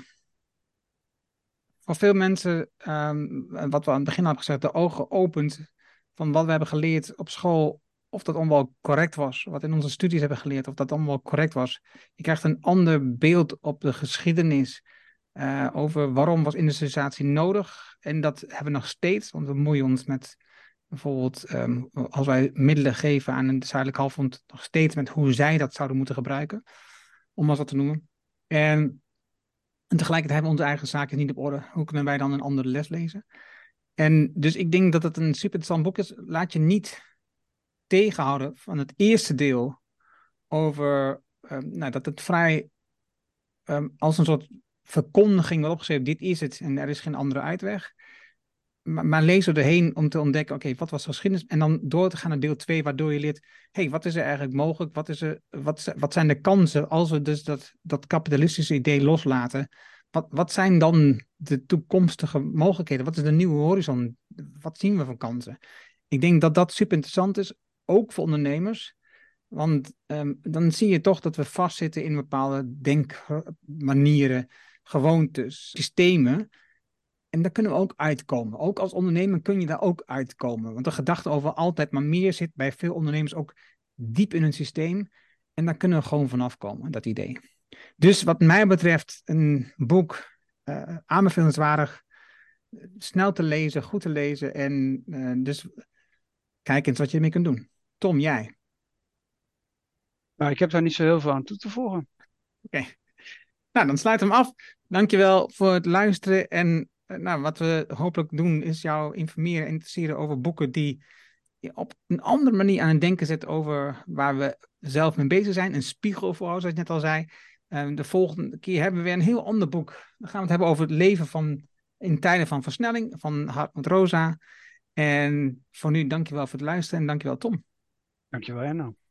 Speaker 1: voor veel mensen, um, wat we aan het begin hebben gezegd, de ogen opent van wat we hebben geleerd op school, of dat allemaal correct was, wat in onze studies hebben geleerd, of dat allemaal correct was. Je krijgt een ander beeld op de geschiedenis uh, over waarom was industrialisatie nodig. En dat hebben we nog steeds, want we moeien ons met bijvoorbeeld, um, als wij middelen geven aan een zuidelijk halfrond, nog steeds met hoe zij dat zouden moeten gebruiken, om maar wat te noemen. En En tegelijkertijd hebben we onze eigen zaken niet op orde. Hoe kunnen wij dan een andere les lezen? En dus ik denk dat het een super interessant boek is. Laat je niet tegenhouden van het eerste deel over um, nou, dat het vrij um, als een soort verkondiging wordt opgeschreven. Dit is het en er is geen andere uitweg. Maar, maar lees er doorheen om te ontdekken, oké, okay, wat was de geschiedenis? En dan door te gaan naar deel twee, waardoor je leert, hé, hey, wat is er eigenlijk mogelijk? Wat, is er, wat, wat zijn de kansen als we dus dat, dat kapitalistische idee loslaten? Wat, wat zijn dan de toekomstige mogelijkheden? Wat is de nieuwe horizon? Wat zien we van kansen? Ik denk dat dat super interessant is, ook voor ondernemers. Want um, dan zie je toch dat we vastzitten in bepaalde denkmanieren, gewoontes, systemen. En daar kunnen we ook uitkomen. Ook als ondernemer kun je daar ook uitkomen. Want de gedachte over altijd maar meer zit bij veel ondernemers ook diep in hun systeem. En daar kunnen we gewoon vanaf komen, dat idee. Dus wat mij betreft een boek, uh, aanbevelenswaardig, snel te lezen, goed te lezen. En uh, dus kijk eens wat je ermee kunt doen. Tom, jij?
Speaker 2: Nou, ik heb daar niet zo heel veel aan toe te voegen.
Speaker 1: Oké. Okay. Nou, dan sluit hem af. Dankjewel voor het luisteren. En uh, nou, wat we hopelijk doen is jou informeren en interesseren over boeken die je op een andere manier aan het denken zetten over waar we zelf mee bezig zijn. Een spiegel voor, zoals ik net al zei. Uh, de volgende keer hebben we weer een heel ander boek. Dan gaan we het hebben over het leven van, in tijden van versnelling van Hartmut Rosa. En voor nu dankjewel voor het luisteren en dankjewel Tom.
Speaker 2: Dankjewel, Enno.